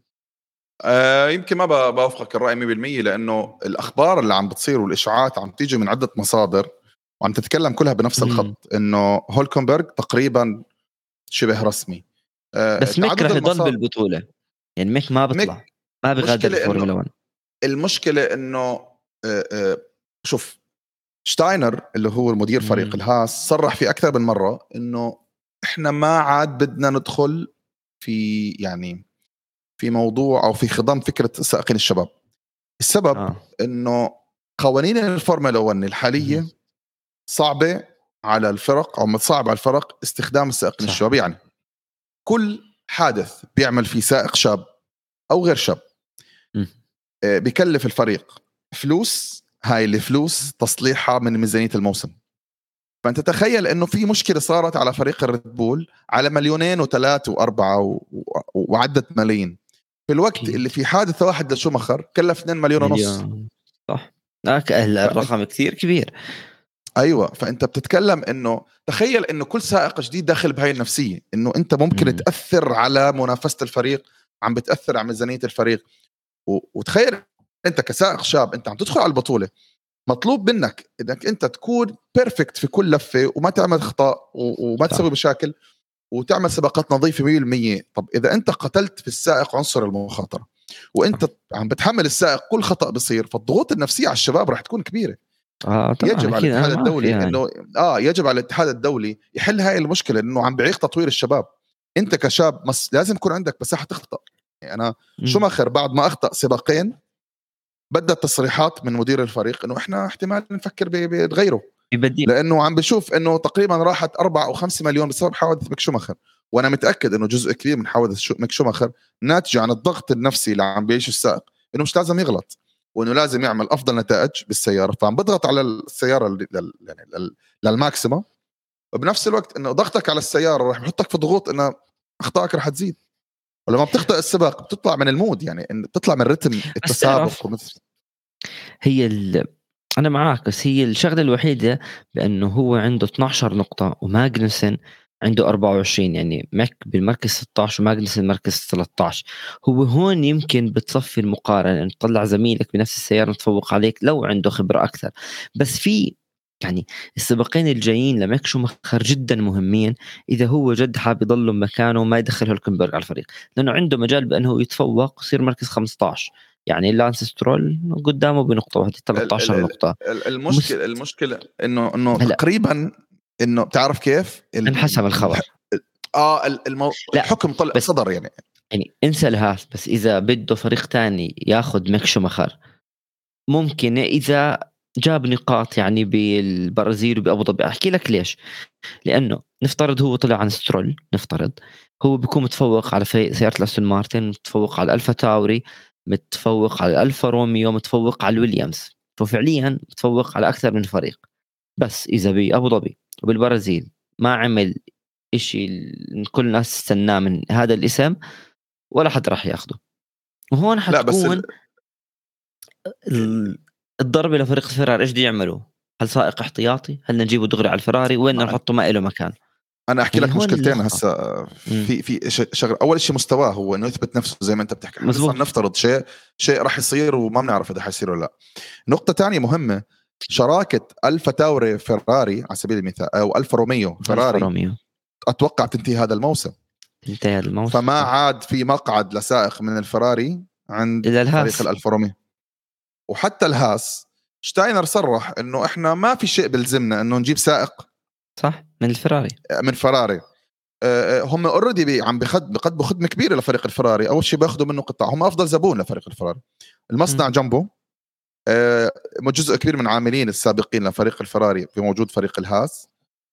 آه يمكن ما ب- بوافقك الرأي مية بالمية، لأنه الأخبار اللي عم بتصير والإشاعات عم تيجي من عدة مصادر وعم تتكلم كلها بنفس مم. الخط، إنه هولكنبرغ تقريبا شبه رسمي. آه بس ميك تعدد رح يضل المصادر. بالبطولة، يعني ميك ما بيطلع، ميك ما بغادر مشكلة الفورمولا إنه واحد. المشكلة إنه آه آه شوف، شتاينر اللي هو المدير فريق مم. الهاس صرح في أكثر من مرة إنه إحنا ما عاد بدنا ندخل في يعني في موضوع أو في خضم فكرة سائقين الشباب. السبب آه. إنه قوانين الفورمولا واحد الحالية مم. صعبة على الفرق، أو متصعب على الفرق استخدام السائقين صح. الشباب. يعني كل حادث بيعمل فيه سائق شاب أو غير شاب مم. آه، بيكلف الفريق فلوس، هاي الفلوس تصليحها من ميزانية الموسم. فأنت تخيل إنه في مشكلة صارت على فريق الريد بول على مليونين وثلاثة وأربعة و- و- وعدة ملايين، في الوقت أكيد. اللي في حادثة واحد لشومخر كلف اثنين مليون ونص. مليون. صح. لك الرقم كثير كبير. ايوه، فانت بتتكلم انه تخيل انه كل سائق جديد داخل بهاي النفسيه، انه انت ممكن مم. تاثر على منافسه الفريق، عم بتاثر على ميزانيه الفريق. و... وتخيل انت كسائق شاب انت عم تدخل على البطوله، مطلوب منك انك انت تكون بيرفكت في كل لفه وما تعمل اخطاء و... وما تسوي مشاكل وتعمل سباقات نظيفه مية بالمية. طب اذا انت قتلت في السائق عنصر المخاطره وانت عم بتحمل السائق كل خطا بصير، فالضغوط النفسيه على الشباب راح تكون كبيره. اه طبعا يجب على اكيد انا الاتحاد معك الدولي يعني. انه اه يجب على الاتحاد الدولي يحل هاي المشكله، انه عم بعيق تطوير الشباب. انت كشاب مس لازم يكون عندك مساحه تخطئ. يعني انا شوماخر بعد ما اخطا سباقين بدأ تصريحات من مدير الفريق انه احنا احتمال نفكر بتغيره، يبديل. لانه عم بشوف انه تقريبا راحت أربعة أو خمسة مليون بسبب حوادث ميك شوماخر. وانا متاكد انه جزء كبير من حوادث شو ميك شوماخر ناتج عن الضغط النفسي اللي عم بيعيشه السائق، انه مش لازم يغلط وانه لازم يعمل افضل نتائج بالسياره، فعم بضغط على السياره لل... يعني لل... للماكسيمم. وبنفس الوقت انه ضغطك على السياره راح يحطك في ضغوط انه اخطائك راح تزيد، ولما بتخطئ السباق بتطلع من المود، يعني إن بتطلع من رتم بس تعرف التسابق ومثل. هي ال... انا معك، بس هي الشغله الوحيده بانه هو عنده اثني عشر نقطه وماغنسن عنده أربعة وعشرين، يعني ماك بالمركز ستة عشر وماغنسن المركز ثلاثة عشر. هو هون يمكن بتصفي المقارنه ان تطلع زميلك بنفس السياره تفوق عليك لو عنده خبره اكثر. بس في يعني السباقين الجايين لماك شوماخر جدا مهمين اذا هو جد حاب يضل مكانه وما يدخل هولكنبرغ على الفريق، لانه عنده مجال بانه يتفوق ويصير مركز خمسة عشر. يعني لانس سترول قدامه بنقطة واحدة ثلاثة عشر نقطة. المشكلة المشكلة انه انه هلا تقريبا انه بتعرف كيف انحسم الخبر. اه المو... لا الحكم طلع بس صدر يعني. يعني انسى الهاس، بس إذا بده فريق تاني ياخد ميك شوماخر ممكن إذا جاب نقاط يعني بالبرازيل وبأبو ظبي. أحكي لك ليش. لأنه نفترض هو طلع عن سترول، نفترض هو بيكون متفوق على سيارة الأستون مارتن، متفوق على الألفا تاوري، متفوق على الألفا روميو، متفوق على الويليامز، ففعليا متفوق على أكثر من فريق. بس إذا بأبو ظبي وبالبرازيل ما عمل إشي كل الناس استناه من هذا الاسم، ولا حد راح ياخده. وهون لا بس حتكون ال... الضربة لفريق الفرار. إيش بده يعملوا؟ هل سائق احتياطي؟ هل نجيبه دغري على الفراري؟ وين نحطه ما له مكان؟ انا احكي هي لك هون مشكلتين اللغة. هسه في في شغله. اول شيء مستواه هو انه يثبت نفسه زي ما انت بتحكي، احنا لسه مزبوط. نفترض شيء شيء راح يصير وما بنعرف اذا حيصير ولا لا. نقطه ثانيه مهمه، شراكه الفا تاوري فيراري على سبيل المثال او الفا روميو ألفا فيراري روميو اتوقع تنتهي هذا الموسم، انتهى الموسم. فما عاد في مقعد لسائق من الفراري عند إلى فريق الهاس. الالفا روميو. وحتى الهاس شتاينر صرح انه احنا ما في شيء بلزمنا انه نجيب سائق صح من الفراري. من فراري. هم اوريدي عم بيقدموا خدمه كبيره لفريق الفراري. اول شيء بياخذوا منه قطاع، هم افضل زبون لفريق الفراري، المصنع م. جنبه. جزء كبير من عاملين السابقين لفريق الفراري في موجود فريق الهاس.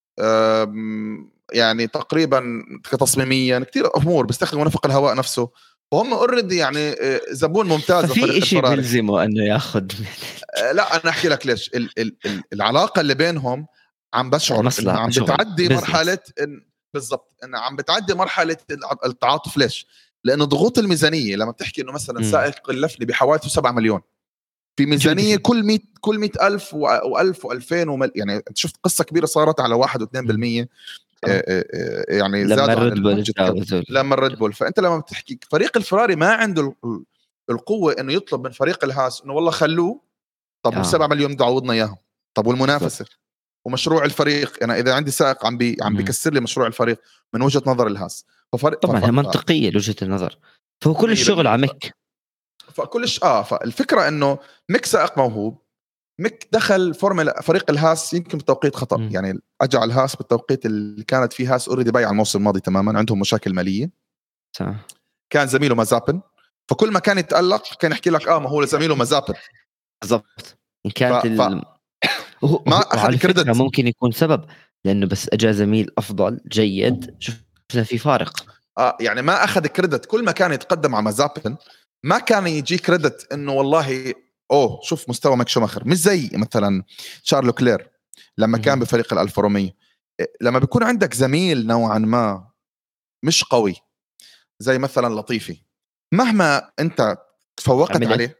يعني تقريبا كتصميميا كثير امور بيستخدموا نفق الهواء نفسه، وهم اوريدي يعني زبون ممتاز لفريق في شيء الفراري. بيلزمه انه ياخذ. لا انا احكي لك ليش. ال ال ال العلاقه اللي بينهم عم بشعر انها عم بتعدي مرحله إن بالضبط انها عم بتعدي مرحله التعاطف. ليش؟ لانه ضغوط الميزانيه لما بتحكي انه مثلا سائق كلفني بحوالي سبعة مليون، في ميزانيه كل مية كل مئة ألف وألف وألفين ومل... يعني شفت قصه كبيره صارت على واحد واثنين بالمية يعني زادوا عن البادجت لما الريد بول. فانت لما بتحكي فريق الفراري ما عنده القوه انه يطلب من فريق الهاس انه والله خلوه طب والسبعة مليون تعوضنا اياهم. طب والمنافسه ومشروع الفريق انا اذا عندي سائق عم بي عم بيكسر لي مشروع الفريق من وجهه نظر الهاس ففرق طبعا هي منطقيه لوجهه النظر. فهو كل الشغل على ميك فكلش اه فالفكره انه ميك سائق موهوب. ميك دخل فورمولا فريق الهاس يمكن بتوقيت خطأ م. يعني أجعل الهاس بالتوقيت اللي كانت فيه هاس أوريدي بايع الموسم الماضي تماما عندهم مشاكل مالية صح. كان زميله مازابن فكل ما كان يتألق كان يحكي لك آه ما هو زميله مازابن بالضبط. إن كانت ف... ال... ف... ما أخذ كريدت ممكن يكون سبب لأنه بس أجا زميل أفضل جيد شفنا في فارق آه يعني ما أخذ كريدت كل ما كان يتقدم على مازابن ما كان يجي كريدت إنه والله اوه شوف مستوى ماك شوماخر مش زي مثلا شارلو كلير لما كان بفريق الألفا روميو. لما بيكون عندك زميل نوعا ما مش قوي زي مثلا لطيفي مهما انت تفوقت عملت. عليه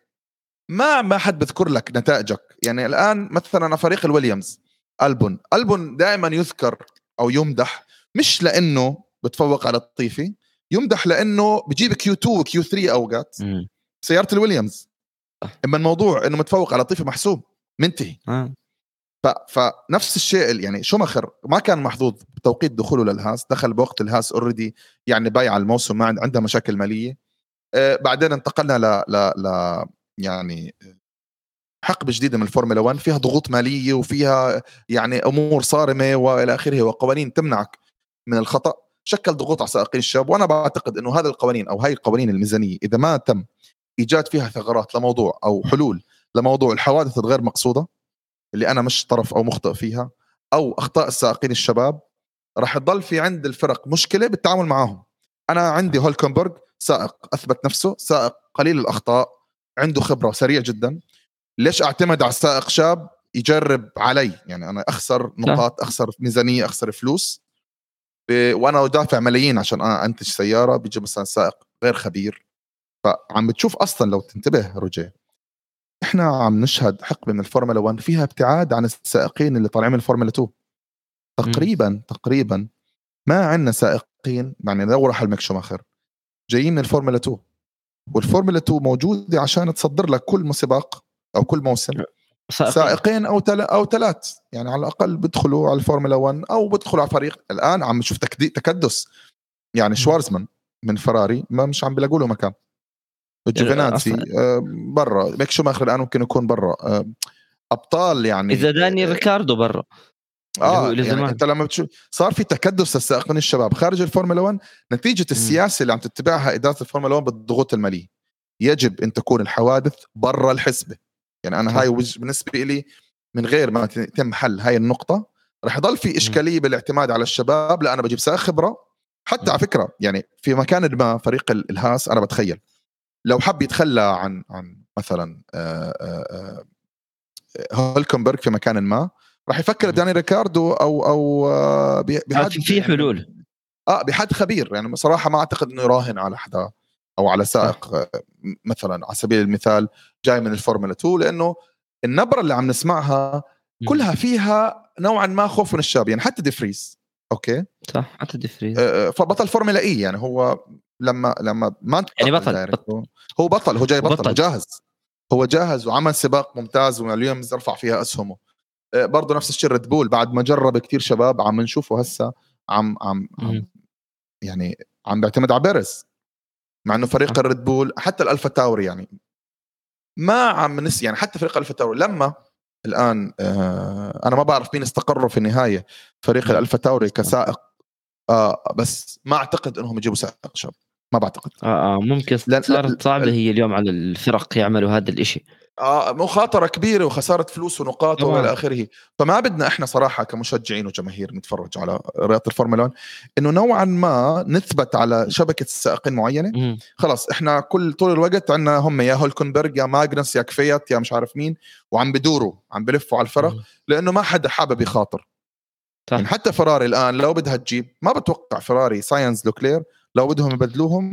ما ما حد بذكر لك نتائجك. يعني الآن مثلا فريق الويليامز ألبون ألبون دائما يذكر أو يمدح مش لأنه بتفوق على لطيفي يمدح لأنه بيجيب كيو اثنين وكيو ثلاثة أوقات م. سيارة الويليامز اما الموضوع انه متفوق على لطيفي محسوب منتهي آه. ف... فنفس الشيء يعني شوماخر ما كان محظوظ بتوقيت دخوله للهاس دخل بوقت الهاس اوريدي يعني بايع الموسم ما عندها مشاكل ماليه. آه بعدين انتقلنا ل... ل... ل... يعني حقبه جديده من الفورمولا واحد فيها ضغوط ماليه وفيها يعني امور صارمه والى اخره وقوانين تمنعك من الخطا شكل ضغوط على سائقين الشباب. وانا بعتقد انه هذه القوانين او هاي القوانين الميزانيه اذا ما تم إيجاد فيها ثغرات لموضوع أو حلول لموضوع الحوادث الغير مقصودة اللي أنا مش طرف أو مخطئ فيها أو أخطاء السائقين الشباب راح يضل في عند الفرق مشكلة بالتعامل معهم. أنا عندي هولكنبرغ سائق أثبت نفسه سائق قليل الأخطاء عنده خبرة سريع جدا. ليش أعتمد على سائق شاب يجرب علي يعني أنا أخسر نقاط أخسر ميزانية أخسر فلوس وأنا أدافع ملايين عشان أنتج سيارة بيجي مثلا سائق غير خبير. فعم بتشوف أصلا لو تنتبه روجي إحنا عم نشهد حقبة من الفورمولا واحد فيها ابتعاد عن السائقين اللي طالعين من الفورمولا اثنين تقريبا م. تقريبا ما عندنا سائقين يعني لو راح الميك شوماخر جايين من الفورمولا اثنين والفورمولا اثنين موجودة عشان تصدر لك كل مسابق أو كل موسم سائقين, سائقين أو تل أو ثلاث يعني على الأقل بدخلوا على الفورمولا واحد أو بدخلوا على فريق. الآن عم نشوف تكدس يعني شوارزمان من فراري ما مش عم بيلاقوا له مكان جوفيناتسي برا ميك شوماخر الآن ممكن يكون برا أبطال يعني إذا داني ريكاردو برا آه يعني أنت لما بتشوف صار في تكدس السائقين الشباب خارج الفورمولا واحد نتيجة السياسة اللي عم تتبعها إدارة الفورمولا واحد بالضغوط المالية. يجب أن تكون الحوادث برا الحسبة. يعني أنا هاي بالنسبة لي من غير ما يتم حل هاي النقطة رح يضل في إشكالية بالاعتماد على الشباب. لا أنا بجيب سائق خبرة حتى على فكرة يعني في مكان ما فريق الهاس أنا بتخيل لو حب يتخلى عن عن مثلا هولكنبرغ في مكان ما راح يفكر داني ريكاردو او او بحد في حلول اه بحد خبير. يعني بصراحه ما اعتقد انه يراهن على حدا او على سائق مثلا على سبيل المثال جاي من الفورمولا اثنين لانه النبره اللي عم نسمعها كلها فيها نوعا ما خوف من الشاب. يعني حتى ديفريز اوكي صح حتى ديفريز آه فبطل فورمولا اي يعني هو لما لما ما يعني بطل, بطل هو بطل هو جاي بطل, بطل. جاهز هو جاهز وعمل سباق ممتاز ومليومز رفع فيها أسهمه. برضو نفس الشيء ريد بول بعد ما جرب كتير شباب عم نشوفه هسه عم عم, عم يعني عم بيعتمد على بيرز مع انه فريق الريد بول حتى الألفا تاوري يعني ما عم نس يعني حتى فريق الألفا تاوري لما الآن آه أنا ما بعرف مين استقروا في النهاية فريق الألفا تاوري كسائق آه بس ما أعتقد إنهم يجيبوا سائق شاب ما بعتقد آه, آه ممكن صارت صعبة هي اليوم على الفرق يعملوا هذا الإشي آه مخاطرة كبيرة وخسارة فلوس ونقاط وإلى آخره. فما بدنا إحنا صراحة كمشجعين وجماهير نتفرج على رياضة الفورمولا واحد إنه نوعا ما نثبت على شبكة سائقين معينة م. خلاص إحنا كل طول الوقت عنا هم يا هولكنبرغ يا ماغنس يا كفيات يا مش عارف مين وعم بدوروا عم بلفوا على الفرق م. لأنه ما حدا حابب يخاطر. يعني حتى فراري الآن لو بدها تجيب ما بتوقع فراري ساينز لوكلير لو بدهم يبدلوهم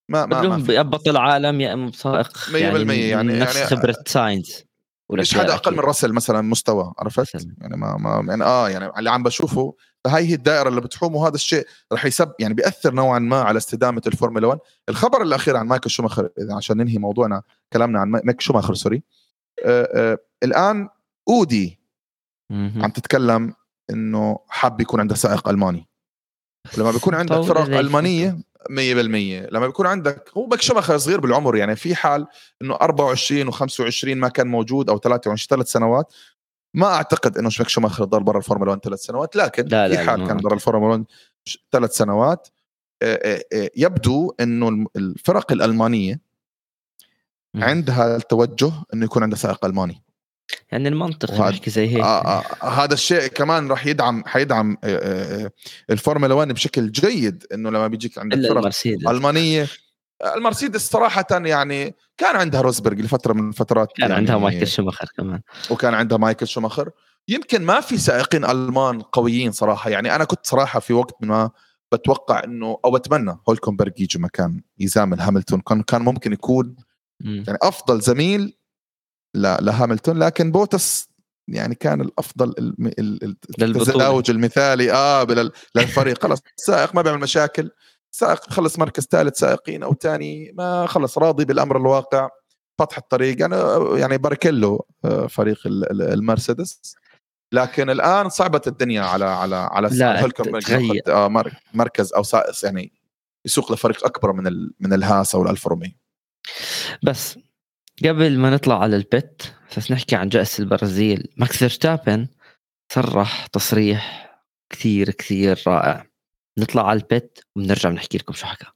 ما ما ما بدلهم في يا بطل عالم يا اما بسائق مية يعني بالمية يعني نفس يعني خبره ساينز مش حدا ولكلير اقل من اكيد راسل مثلا مستوى، عرفت مثلا. يعني ما ما يعني اه يعني اللي عم بشوفه، فهي هي الدائره اللي بتحوم، وهذا الشيء رح يسب يعني بياثر نوعا ما على استدامه الفورمولا واحد. الخبر الاخير عن مايكل شوماخر، اذا عشان ننهي موضوعنا كلامنا عن مايكل شوماخر سوري، آه آه الان اودي عم مهم. تتكلم انه حاب يكون عنده سائق الماني. ولما بيكون عندك مطور فرق اذا يفوتوا المانيه مية بالمية، لما بيكون عندك هو مايكل شوماخر صغير بالعمر، يعني في حال انه أربعة وعشرين و25 ما كان موجود او ثلاثة وعشرين ثلاث سنوات، ما اعتقد انه مايكل شوماخر ضل برا الفورمولا واحد ثلاث سنوات، لكن لا في لا لا حال ما كان برا أعتقد. الفورمولا واحد ثلاث سنوات، آه، آه، آه، يبدو انه الفرق الالمانيه مم. عندها التوجه انه يكون عنده سائق الماني. يعني المنطق وهذا بيحكي زي آه هيك. آه هذا الشيء كمان راح يدعم حيدعم آه آه الفورمولا واحد بشكل جيد، انه لما بيجيك عندك الا فرق المرسيدس المانيه. المرسيدس صراحه يعني كان عندها روزبرغ لفتره من الفترات كان عندها مايكل يعني، شوماخر كمان. وكان عندها مايكل شوماخر. يمكن ما في سائقين ألمان قويين صراحة، يعني أنا كنت صراحة في وقت من ما بتوقع إنه أو أتمنى هولكنبرغ يجي مكان يزامل هاملتون، كان كان ممكن يكون مم. يعني أفضل زميل لهاملتون، لكن بوتس يعني كان الأفضل للبطولة. التزاوج المثالي آه للفريق. خلص سائق ما بيعمل مشاكل، سائق خلص مركز ثالث سائقين أو تاني ما خلص راضي بالأمر الواقع، فتح الطريق. أنا يعني باركله فريق المرسيدس، لكن الآن صعبت الدنيا على على على على لا هولكنبرغ تغير. ياخذ مركز أو سائق يعني يسوق لفريق أكبر من ال من الهاس أو الألفا روميو. بس قبل ما نطلع على البت بس نحكي عن جائزة البرازيل. ماكس فيرستابن صرح تصريح كثير كثير رائع. نطلع على البت وبنرجع بنحكي لكم شو حكى.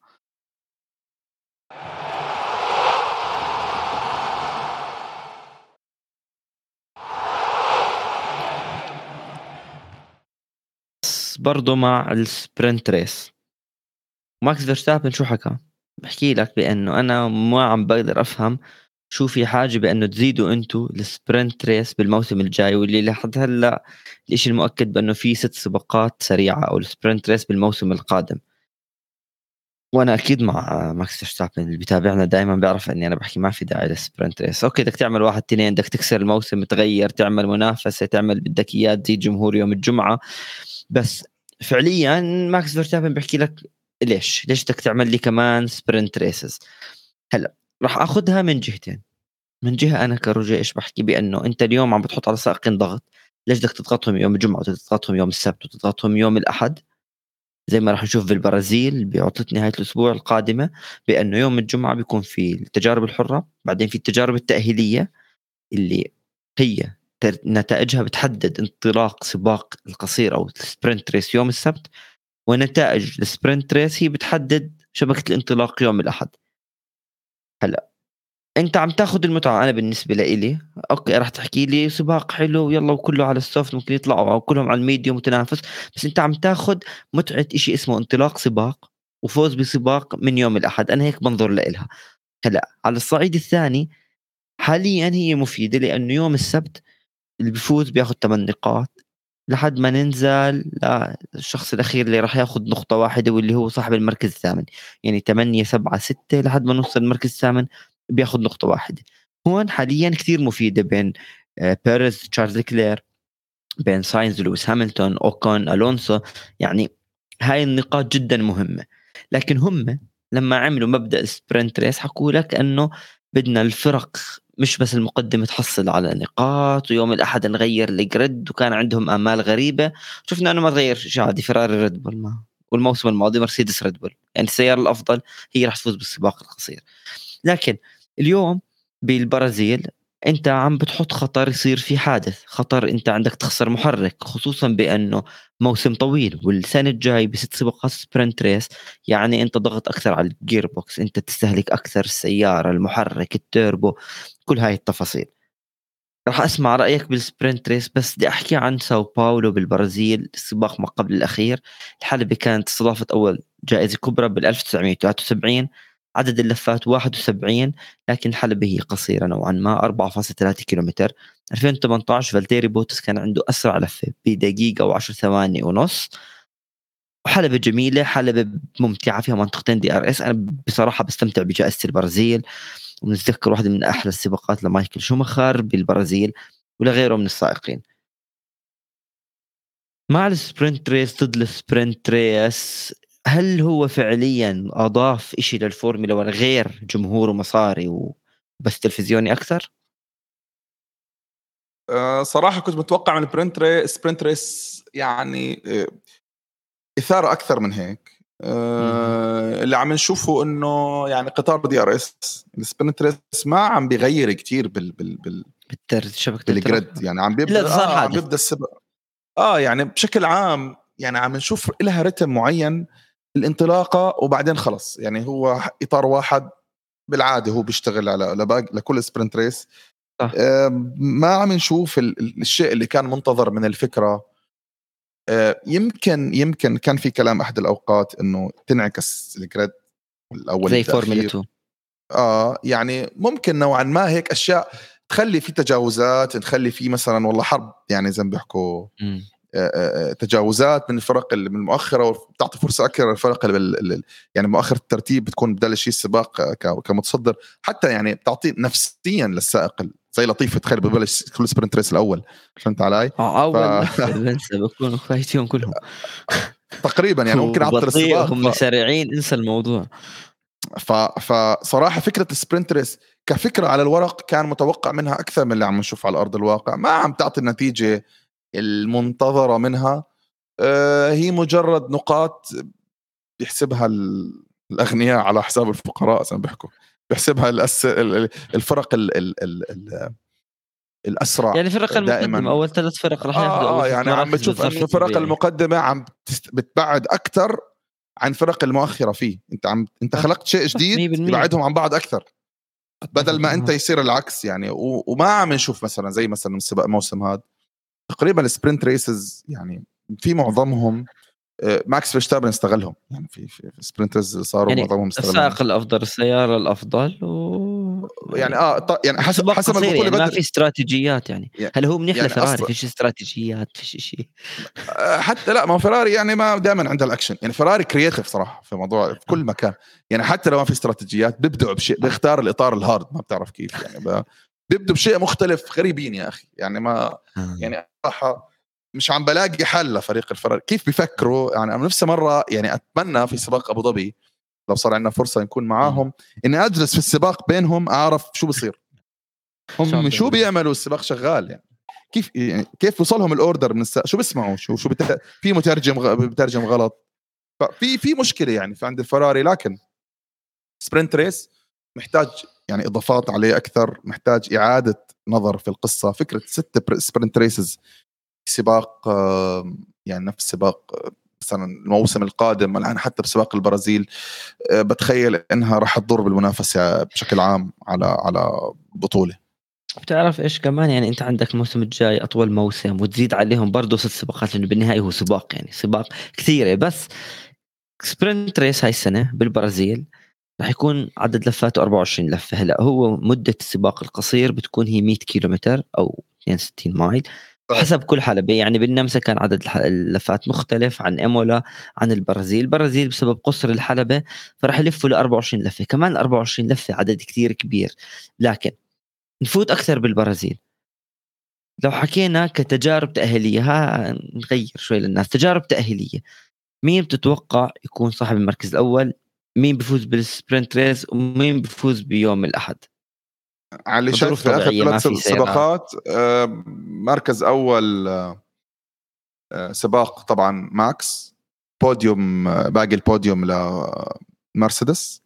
برضو مع السبرنت ريس ماكس فيرستابن شو حكى؟ بحكي لك بأنه أنا ما عم بقدر أفهم شو في حاجة بأنه تزيدوا أنتوا السبرنت ريس بالموسم الجاي، واللي لحد هلا الإشي المؤكد بأنه في ست سباقات سريعة أو السبرنت ريس بالموسم القادم. وانا اكيد مع ماكس فيرستابن، اللي بيتابعنا دائما بيعرف اني انا بحكي ما في داعي للسبرنت ريس. اوكي بدك تعمل واحد اثنين، بدك تكسر الموسم، تغير، تعمل منافسه، تعمل بدك اياه تزيد جمهور يوم الجمعه، بس فعليا ماكس فيرستابن بيحكي لك ليش ليش بدك تعمل لي كمان سبرنت ريسز. هلا راح اخذها من جهتين. من جهه انا كروجي ايش بحكي بانه انت اليوم عم بتحط على سائقين ضغط، ليش بدك تضغطهم يوم الجمعه وتضغطهم يوم السبت وتضغطهم يوم الاحد زي ما راح نشوف في البرازيل بعطلة نهاية الأسبوع القادمة، بأنه يوم الجمعة بيكون في التجارب الحرة، بعدين في التجارب التأهيلية اللي هي نتائجها بتحدد انطلاق سباق القصير أو السبرنت ريس يوم السبت، ونتائج السبرنت ريس هي بتحدد شبكة الانطلاق يوم الأحد. هلأ انت عم تاخذ المتعه. انا بالنسبه لي اوكي راح تحكي لي سباق حلو يلا وكله على السوفت ممكن يطلعوا او كلهم على الميديوم متنافس، بس انت عم تاخذ متعه شيء اسمه انطلاق سباق وفوز بسباق من يوم الاحد. انا هيك بنظر لها. هلا على الصعيد الثاني حاليا هي مفيده لانه يوم السبت اللي بيفوز بياخذ ثمان نقاط لحد ما ننزل للشخص الأخير اللي راح ياخذ نقطة واحدة واللي هو صاحب المركز الثامن، يعني ثمانية سبعة ستة لحد ما نوصل المركز الثامن بياخذ نقطة واحدة. هون حاليا كثير مفيدة بين بيريز تشارلز كلير، بين ساينز لويس هامilton أوكون ألونسو، يعني هاي النقاط جدا مهمة. لكن هم لما عملوا مبدأ السبرنت ريس حكوا لك أنه بدنا الفرق مش بس المقدمة تحصل على نقاط ويوم الأحد نغير الجريد، وكان عندهم آمال غريبة. شفنا أنه ما تغير شيء عادي، فيراري ريد بول ما، والموسم الماضي مرسيدس ريد بول، يعني السيارة الأفضل هي راح تفوز بالسباق القصير. لكن اليوم بالبرازيل انت عم بتحط خطر يصير في حادث، خطر انت عندك تخسر محرك، خصوصا بانه موسم طويل والسنه الجاي بست سباقات سبرنت ريس، يعني انت ضغط اكثر على الجير بوكس، انت تستهلك اكثر السياره، المحرك، التوربو، كل هاي التفاصيل. راح اسمع رايك بالسبرنت ريس، بس بدي احكي عن ساو باولو بالبرازيل، السباق ما قبل الاخير. الحلبة كانت استضافت اول جائزه كبرى بال ألف وتسعمية وثلاثة وسبعين، عدد اللفات واحد وسبعين، لكن الحلبة هي قصيرة نوعا ما أربعة فاصلة ثلاثة كيلومتر. ألفين وثمانية عشر فالتيري بوتس كان عنده أسرع لفة بدقيقة وعشر ثواني ونص، حلبة جميلة، حلبة ممتعة، فيها منطقتين دي ار اس. أنا بصراحة بستمتع بجائزة البرازيل، ونتذكر واحدة من أحلى السباقات لمايكل شوماخر بالبرازيل ولغيره من السائقين. مع السبرنت ريس ضد السبرنت ريس، هل هو فعليا أضاف إشي للفورمولا ولا غير جمهور ومصاري وبس تلفزيوني أكثر؟ أه صراحة كنت متوقع من البرنت ريس سبرنت ريس يعني أه إثارة أكثر من هيك. أه اللي عم نشوفه إنه يعني قطار دي ار اس السبرنت ريس ما عم بيغير كتير بال بال بال بالشبكة بالجريد، يعني عم بيبدأ آه عم بيبدأ السباق اه يعني بشكل عام يعني عم نشوف لها رتم معين الانطلاقة، وبعدين خلص يعني هو إطار واحد بالعادة هو بيشتغل على لباقي لكل سبرنت ريس. آه ما عم نشوف الشيء اللي كان منتظر من الفكرة. آه يمكن يمكن كان في كلام أحد الأوقات إنه تنعكس الجريد الأول زي فورمولا اثنين. اه يعني ممكن نوعا ما هيك أشياء تخلي في تجاوزات، تخلي في مثلا والله حرب يعني زي ما بيحكوا تجاوزات من الفرق اللي من المؤخرة، وبتعطي فرصة أكثر للفرق اللي يعني مؤخر الترتيب بتكون بدل شيء السباق كمتصدر، حتى يعني بتعطي نفسيا للسائق زي لطيفة تخيل ببلش كل سبرنت ريس الأول، فهمت علي؟ أول ف... بنسى بكونوا فايتين كلهم تقريبا يعني ممكن أعطر السباق هم ف... سريعين، انسى الموضوع. ف... فصراحة فكرة السبرنت ريس كفكرة على الورق كان متوقع منها أكثر من اللي عم نشوف على أرض الواقع، ما عم تعطي النتيجة المنتظرة منها. آه هي مجرد نقاط بيحسبها الأغنياء على حساب الفقراء زي ما بيحكوا، بيحسبها الأس... الفرق ال... ال... ال... ال... الأسرع يعني فرق المقدمة أول ثلاث فرق راح ياخذوا آه أول آه يعني عم بتشوف أن الفرق المقدمة عم بتبعد أكثر عن فرق المؤخرة فيه. أنت عم أنت خلقت شيء جديد يبعدهم عن بعض أكثر، بدل ما أنت يصير العكس يعني. و... وما عم نشوف مثلا زي مثلا سباق موسم هذا تقريبا السبرنت ريسز يعني في معظمهم ماكس فيرستابن استغلهم يعني في في سبرنترز صاروا يعني معظمهم استغلهم، السائق الافضل، السياره الافضل، و يعني اه ط... يعني حسب حسب البطوله يعني بدر... ما في استراتيجيات يعني. يعني هل هو منيح يعني لفراري؟ أصل... فيش استراتيجيات، فيش شيء حتى لا ما فيراري يعني ما دائما عندها الاكشن، يعني فيراري كرييتيف صراحه في موضوع في كل مكان، يعني حتى لو ما في استراتيجيات بيبدعوا بشيء، بيختار الاطار الهارد ما بتعرف كيف يعني ب... بيبدوا بشيء مختلف غريبين يا اخي يعني ما يعني صراحه مش عم بلاقي حل لفريق الفراري كيف بيفكروا. يعني انا نفس مره يعني اتمنى في سباق ابو ظبي لو صار عندنا فرصه نكون معاهم اني اجلس في السباق بينهم اعرف شو بصير، هم شو بيعملوا السباق شغال يعني كيف يعني كيف وصلهم الاوردر من السائق، شو بيسمعوا شو شو بت... في مترجم غ... بترجم غلط، ففي في مشكله يعني في عند الفراري. لكن سبرنت ريس محتاج يعني اضافات عليه اكثر، محتاج اعاده نظر في القصه. فكره ست سبرنت ريسز سباق يعني نفس سباق مثلا الموسم القادم الان حتى بسباق البرازيل بتخيل انها راح تضر بالمنافسه بشكل عام على على بطوله. بتعرف ايش كمان يعني انت عندك الموسم الجاي اطول موسم وتزيد عليهم برضه ست سباقات، لانه بالنهايه هو سباق يعني سباق كثيره. بس سبرنت ريس هاي السنه بالبرازيل راح يكون عدد لفاته أربعة وعشرين لفه. هلا هو مده السباق القصير بتكون هي مية كيلومتر او اثنين وستين مايل حسب كل حلبة. يعني بالنمسا كان عدد اللفات مختلف عن إيمولا عن البرازيل. البرازيل بسبب قصر الحلبة فرح يلفوا ل أربعة وعشرين لفة، كمان أربعة وعشرين لفة عدد كتير كبير. لكن نفوت أكثر بالبرازيل. لو حكينا كتجارب تأهيلية، ها نغير شوي للناس، تجارب تأهيلية، مين بتتوقع يكون صاحب المركز الأول؟ مين بيفوز بالسبرنت ريس؟ ومين بيفوز بيوم الأحد؟ على اللي شايف في آخر ثلاث سباقات مركز أول سباق طبعا ماكس، بوديوم باقي البوديوم لمرسيدس.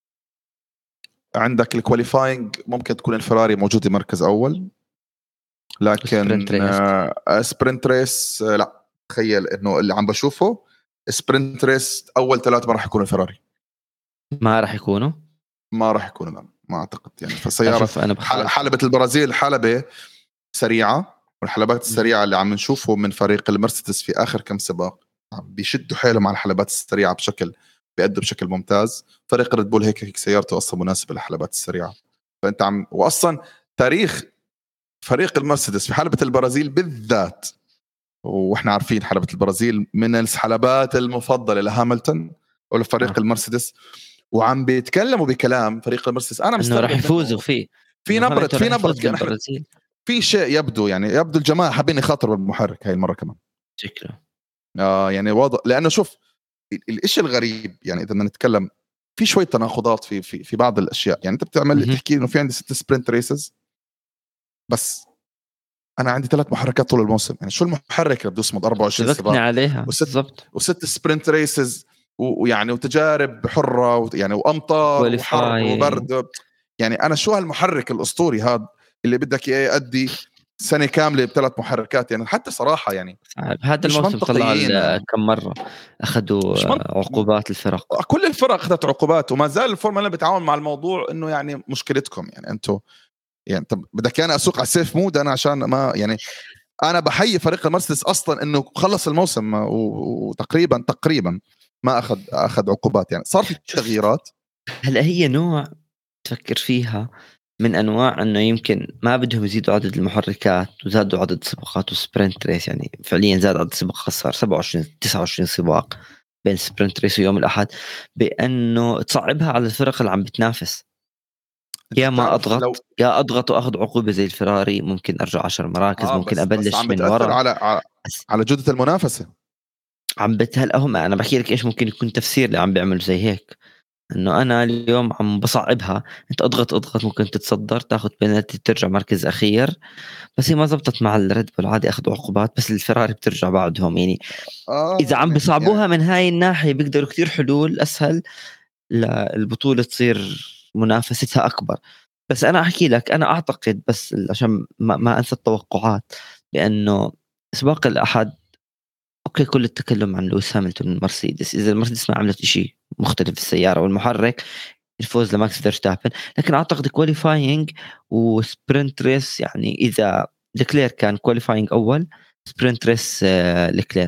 عندك الكواليفاينج ممكن تكون الفراري موجودة مركز أول، لكن سبرنت ريس, سبرنت ريس لا، تخيل إنه اللي عم بشوفه سبرنت ريس أول ثلاث ما راح يكونوا الفراري، ما راح يكونوا ما راح يكونوا لا. ما أعتقد يعني. فالسيارة حلبة البرازيل حلبة سريعة، والحلبات السريعة اللي عم نشوفه من فريق المرسيدس في آخر كم سباق بيشدوا حيلهم على الحلبات السريعة بشكل بيأدوا بشكل ممتاز. فريق ريد بول هيك هيك سيارته أصلا مناسبة للحلبات السريعة. فأنت عم وأصلا تاريخ فريق المرسيدس في حلبة البرازيل بالذات واحنا عارفين حلبة البرازيل من الحلبات المفضلة لهاملتون ولفريق آه. المرسيدس، وعم بيتكلموا بكلام فريق المرسيدس انا انه مستغرب راح يفوزوا منه. فيه، في إنه نبرة هاملتون في راح نبرة يفوز كأن احنا بالبرازيل في شيء يبدو يعني يبدو الجماعة حابين يخاطروا بالمحرك هاي المرة كمان. شكله. آه يعني واضح، لأنه شوف ال- الإشي الغريب يعني إذا بدنا نتكلم في شوية تناقضات في في في بعض الأشياء. يعني أنت بتعمل مهم. تحكي إنه في عندي ست سبرنت ريسز، بس أنا عندي ثلاث محركات طول الموسم. يعني شو المحرك اللي بده يصمد أربعة وعشرين سبقتني سباق عليها وست بالضبط. وست سبرنت ريسز و- ويعني وتجارب حرة وت- يعني وأمطار وحر كواليفاي وبرد. يعني أنا شو هالمحرك الأسطوري هذا اللي بدك إياه يأدي سنة كاملة بثلاث محركات؟ يعني حتى صراحة يعني صعب. هذا مش الموسم طلع منطقيين. ال- كم مرة أخذوا مش منطق... عقوبات الفرق. كل الفرق اخذت عقوبات وما زال الفورمولا بتعاون مع الموضوع انه يعني مشكلتكم يعني انتم يعني طب بدك انا اسوق على السيف مود انا عشان ما يعني انا بحيي فريق المرسيدس اصلا انه خلص الموسم و- وتقريبا تقريبا ما اخذ اخذ عقوبات. يعني صار في شوف، تغييرات. هلا هي نوع تفكر فيها من انواع انه يمكن ما بدهم يزيدوا عدد المحركات وزادوا عدد سباقات وسبرنت ريس. يعني فعليا زاد عدد السباقات، صار سبعة وعشرين تسعة وعشرين سباق بين سبرنت ريس ويوم الاحد، بانه تصعبها على الفرق اللي عم بتنافس. انت يا ما بتعرف لو اضغط يا اضغط واخذ عقوبه زي الفراري، ممكن ارجع عشر مراكز، اه ممكن بس بس ابلش عم من بتاثر ورا. على على, بس على جوده المنافسه. عم بتهل هم، انا بحكي لك ايش ممكن يكون تفسير اللي عم بيعملوا زي هيك، انه انا اليوم عم بصعبها. انت اضغط اضغط ممكن تتصدر تاخذ بنالتي ترجع مركز اخير. بس هي ما زبطت مع الريد بول، عادي اخذوا عقوبات، بس الفراري بترجع بعدهم. يعني اه اذا عم يعني يعني بيصعبوها من هاي الناحيه بيقدروا كتير حلول اسهل للبطوله تصير منافستها اكبر. بس انا احكي لك، انا اعتقد بس عشان ما, ما انسى التوقعات، لانه سباق الاحد اوكي كل التكلم عن لويس هامilton من مرسيدس، اذا المرسيدس ما عملت شيء مختلف في السياره والمحرك الفوز لماكس فيرستابن. لكن اعتقد كواليفاينج وسبرنت ريس، يعني اذا لكلير كان كواليفاينج اول، سبرنت ريس آه، لكلير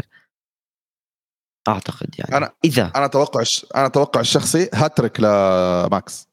اعتقد. يعني انا اذا انا توقع انا توقع الشخصي هاتريك لماكس.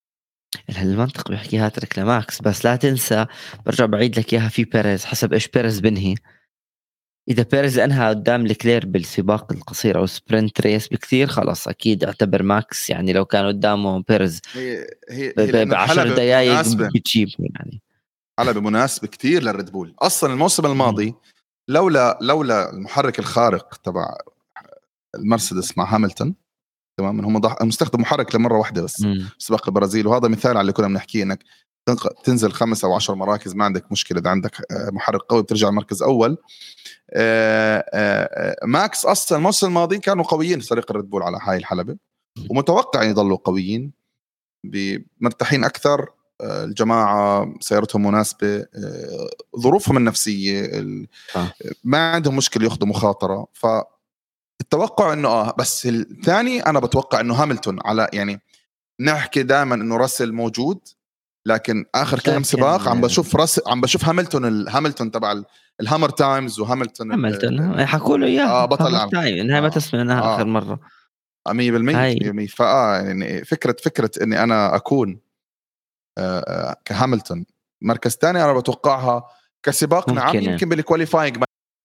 المنطق بيحكي هاترك لماكس، بس لا تنسى برجع بعيد لك اياها، في بيريز حسب ايش بيريز بنهي. اذا بيريز انهى قدام لكلير بالسباق القصير او سبرنت ريس بكثير، خلاص اكيد اعتبر ماكس. يعني لو كان قدامه بيريز هي هي هي لانه بعشر الحلبة دقائق مناسبة بتجيب يعني. حلبة مناسبة كتير للريد بول. اصلا الموسم الماضي لولا لولا المحرك الخارق تبع المرسيدس مع هاملتون، تمام، هم ضح... مستخدم محرك لمره واحده بس مم. سباق البرازيل. وهذا مثال على اللي كنا بنحكيه، انك تنق... تنزل خمس او عشر مراكز ما عندك مشكله. اذا عندك محرك قوي بترجع مركز اول. آآ آآ ماكس اصلا الموسم الماضي كانوا قويين فريق الريد بول على هاي الحلبه، ومتوقع يضلوا قويين مرتاحين اكثر. الجماعه سيارتهم مناسبه، ظروفهم النفسيه آه. ما عندهم مشكله ياخذوا مخاطره. فالتوقع انه اه بس الثاني انا بتوقع انه هاملتون على يعني نحكي دائما انه راسل موجود، لكن اخر كم سباق عم بشوف راسل عم بشوف هاملتون الهاملتون تبع الهامر تايمز وهاملتون هاملتون حكوا له اياها اه بطل هامر العالم. تايم انها ما اه تسمعناها اخر اه مره. مية بالمية هاي مية بالمية. فاه يعني فكره فكره اني انا اكون آه آه كهاملتون مركز ثاني انا بتوقعها كسباق. نعم ممكن يمكن بالكواليفاينج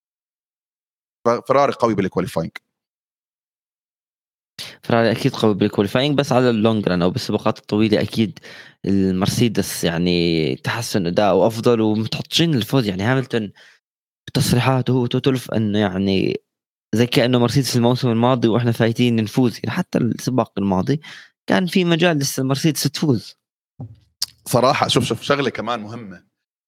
فراري قوي بالكواليفاينج. فراري اكيد قوي بالكواليفاينج، بس على اللونج ران او بالسباقات الطويله اكيد المرسيدس يعني تحسن اداء افضل ومتحطين الفوز. يعني هاملتون بتصريحاته هو تتلف انه يعني زي كانه مرسيدس الموسم الماضي واحنا فايتين نفوز. يعني حتى السباق الماضي كان في مجال لسه المرسيدس تفوز صراحه. شوف شوف شغله كمان مهمه،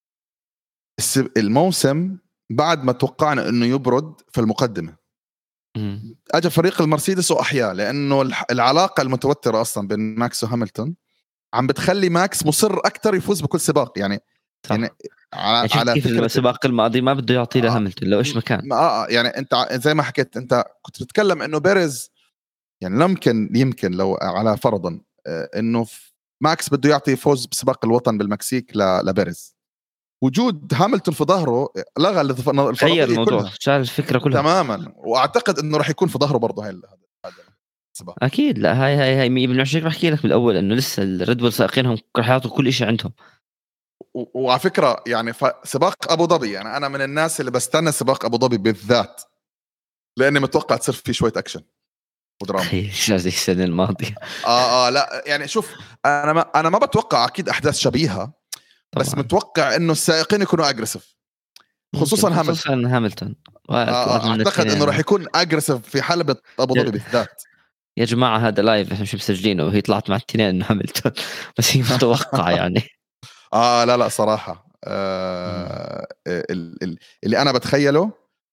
الموسم بعد ما توقعنا انه يبرد في المقدمه، مم. اجى فريق المرسيدس واحياه، لانه العلاقه المتوتره اصلا بين ماكس وهاملتون عم بتخلي ماكس مصر اكثر يفوز بكل سباق. يعني صح. يعني على, يعني شفت على كيف فكره السباق الماضي ما بده يعطي آه لهاملتون لو ايش مكان. آه يعني انت زي ما حكيت، انت كنت بتتكلم انه بيريز يعني يمكن يمكن لو على فرضا آه انه ماكس بده يعطي فوز بسباق الوطن بالمكسيك لبيريز، وجود هاملتون في ظهره لغى غير الفرضيه الموضوع، كلها شال الفكره كلها تماما. واعتقد انه راح يكون في ظهره برضه هاي هذا السباق. اكيد. لا هاي هاي هاي مية بالمية. عشان هيك بحكي لك بالاول انه لسه الريد بول سائقينهم رح يعطوا كل شيء عندهم. وعلى فكره يعني سباق ابو ظبي يعني انا من الناس اللي بستنى سباق ابو ظبي بالذات لاني متوقع تصير في شويه اكشن ودراما. زي السنه الماضيه. اه اه لا يعني شوف انا ما انا ما بتوقع اكيد احداث شبيهه طبعا. بس متوقع انه السائقين يكونوا اجريسيف خصوصا هاملتون. خصوصا هاملتون آه اعتقد انه راح يكون اجريسيف في حلبة ابو ظبي بالذات. يا جماعه هذا لايف احنا مش مسجلينه وهي طلعت مع الاثنين انه هاملتون بس هي متوقعه يعني. اه لا لا صراحه آه اللي انا بتخيله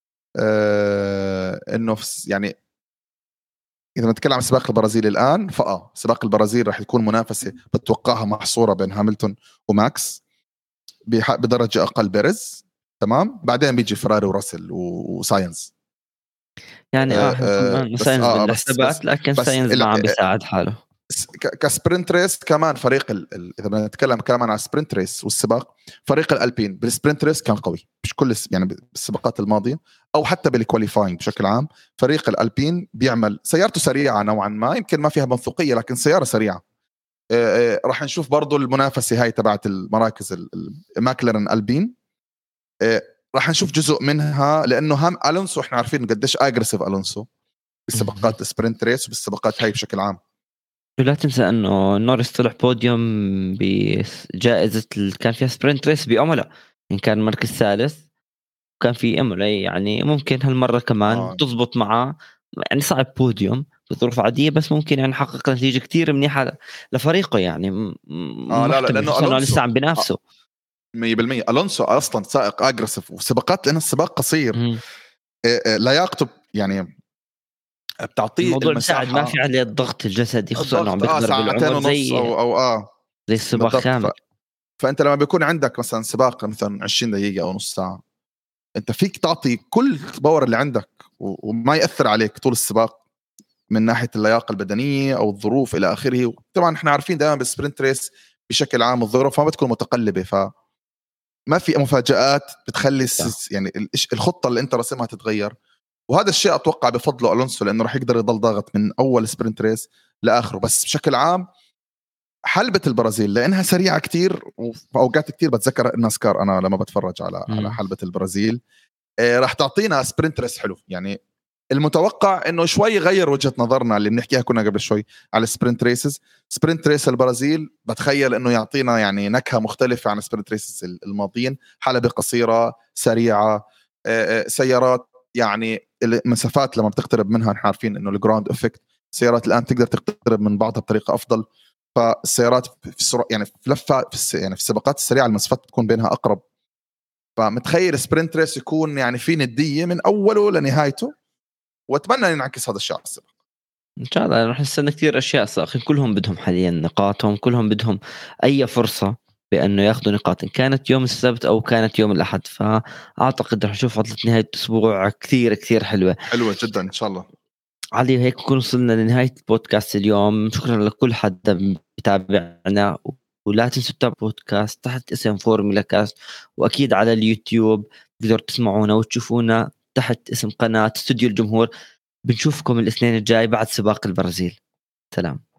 آه انه يعني اذا نتكلم عن سباق البرازيل الان فاه سباق البرازيل راح يكون منافسه بتوقعها محصوره بين هاملتون وماكس بدرجه اقل بيريز تمام. بعدين بيجي فراري وراسل وساينز يعني اه, آه ساينز آه بالحسابات لكن ساينز ما عم بيساعد حاله. كسبرنت ريس كمان فريق ال... اذا بدنا نتكلم كمان عن سبرنت ريس والسباق فريق الالبين بالسبرنت ريس كان قوي مش كل يعني بالسباقات الماضيه او حتى بالكواليفاينج بشكل عام. فريق الالبين بيعمل سيارته سريعه نوعا ما يمكن ما فيها موثوقيه لكن سياره سريعه. آه آه راح نشوف برضو المنافسه هاي تبعت المراكز ماكلارن البين آه راح نشوف جزء منها لانه هم الونسو احنا عارفين قديش اجريسيف الونسو بالسباقات السبرنت ريس وبالسباقات هاي بشكل عام. لا تنسى انه نورس طلع بوديوم بجائزة كان فيها سبرنت ريس بأمولا إن كان مركز ثالث وكان في أمولا يعني ممكن هالمرة كمان آه. تزبط معه يعني صعب بوديوم بظروف عادية بس ممكن يعني حقق نتيجة كتير منيحة لفريقه يعني آه لا لا لأنه ألونسو لسه عم بنافسه مية بالمية. ألونسو أصلا سائق أجريسيف وسباقات لأن السباق قصير م- لياقته يعني بتعطيه الموضوع بساعد ما في عليه الضغط الجسدي خصوصا انه عم بيقدر بالعمر زي أو, أو آه زي السباق كامل. ف... فأنت لما بيكون عندك مثلا سباق مثلا عشرين دقيقة أو نص ساعة أنت فيك تعطي كل باور اللي عندك و... وما يأثر عليك طول السباق من ناحية اللياقة البدنية أو الظروف إلى آخره. طبعا إحنا عارفين دائما بالسبرنت ريس بشكل عام الظروف ما بتكون متقلبة فما في مفاجآت بتخلي يعني الخطة اللي أنت رسمها تتغير. وهذا الشيء أتوقع بفضله ألونسو لأنه راح يقدر يضل ضاغط من أول سبرنت ريس لآخره. بس بشكل عام حلبة البرازيل لأنها سريعة كتير وأوقات كتير بتذكر الناسكار أنا لما بتفرج على م. على حلبة البرازيل آه راح تعطينا سبرنت ريس حلو. يعني المتوقع إنه شوي يغير وجهة نظرنا اللي بنحكيها كنا قبل شوي على سبرنت ريسز. سبرنت ريس البرازيل بتخيل إنه يعطينا يعني نكهة مختلفة عن سبرنت ريسز الماضيين. حلبة قصيرة سريعة آه سيارات يعني المسافات لما بتقترب منها نحن عارفين إنه الجراوند إفكت السيارات الآن تقدر تقترب من بعضها بطريقة أفضل. فالسيارات في السرعة يعني في لفة في يعني في السباقات السريعة المسافات بتكون بينها أقرب. فمتخيل سبرنت ريس يكون يعني في ندية من أوله لنهايته وأتمنى أن ينعكس هذا الشيء على السباق. إن شاء الله راح نستنى كثير أشياء ساقين كلهم بدهم حاليا نقاطهم كلهم بدهم أي فرصة بأنه يأخذوا نقاط إن كانت يوم السبت أو كانت يوم الأحد. فأعتقد رح نشوف عطلة نهاية الأسبوع كثير كثير حلوة حلوة جدا إن شاء الله. علي هيك نكون وصلنا لنهاية البودكاست اليوم. شكرا لكل حدا بتابعنا ولا تنسوا تتابعوا بودكاست تحت اسم فورمولا كاست وأكيد على اليوتيوب تقدروا تسمعونا وتشوفونا تحت اسم قناة استوديو الجمهور. بنشوفكم الاثنين الجاي بعد سباق البرازيل. سلام.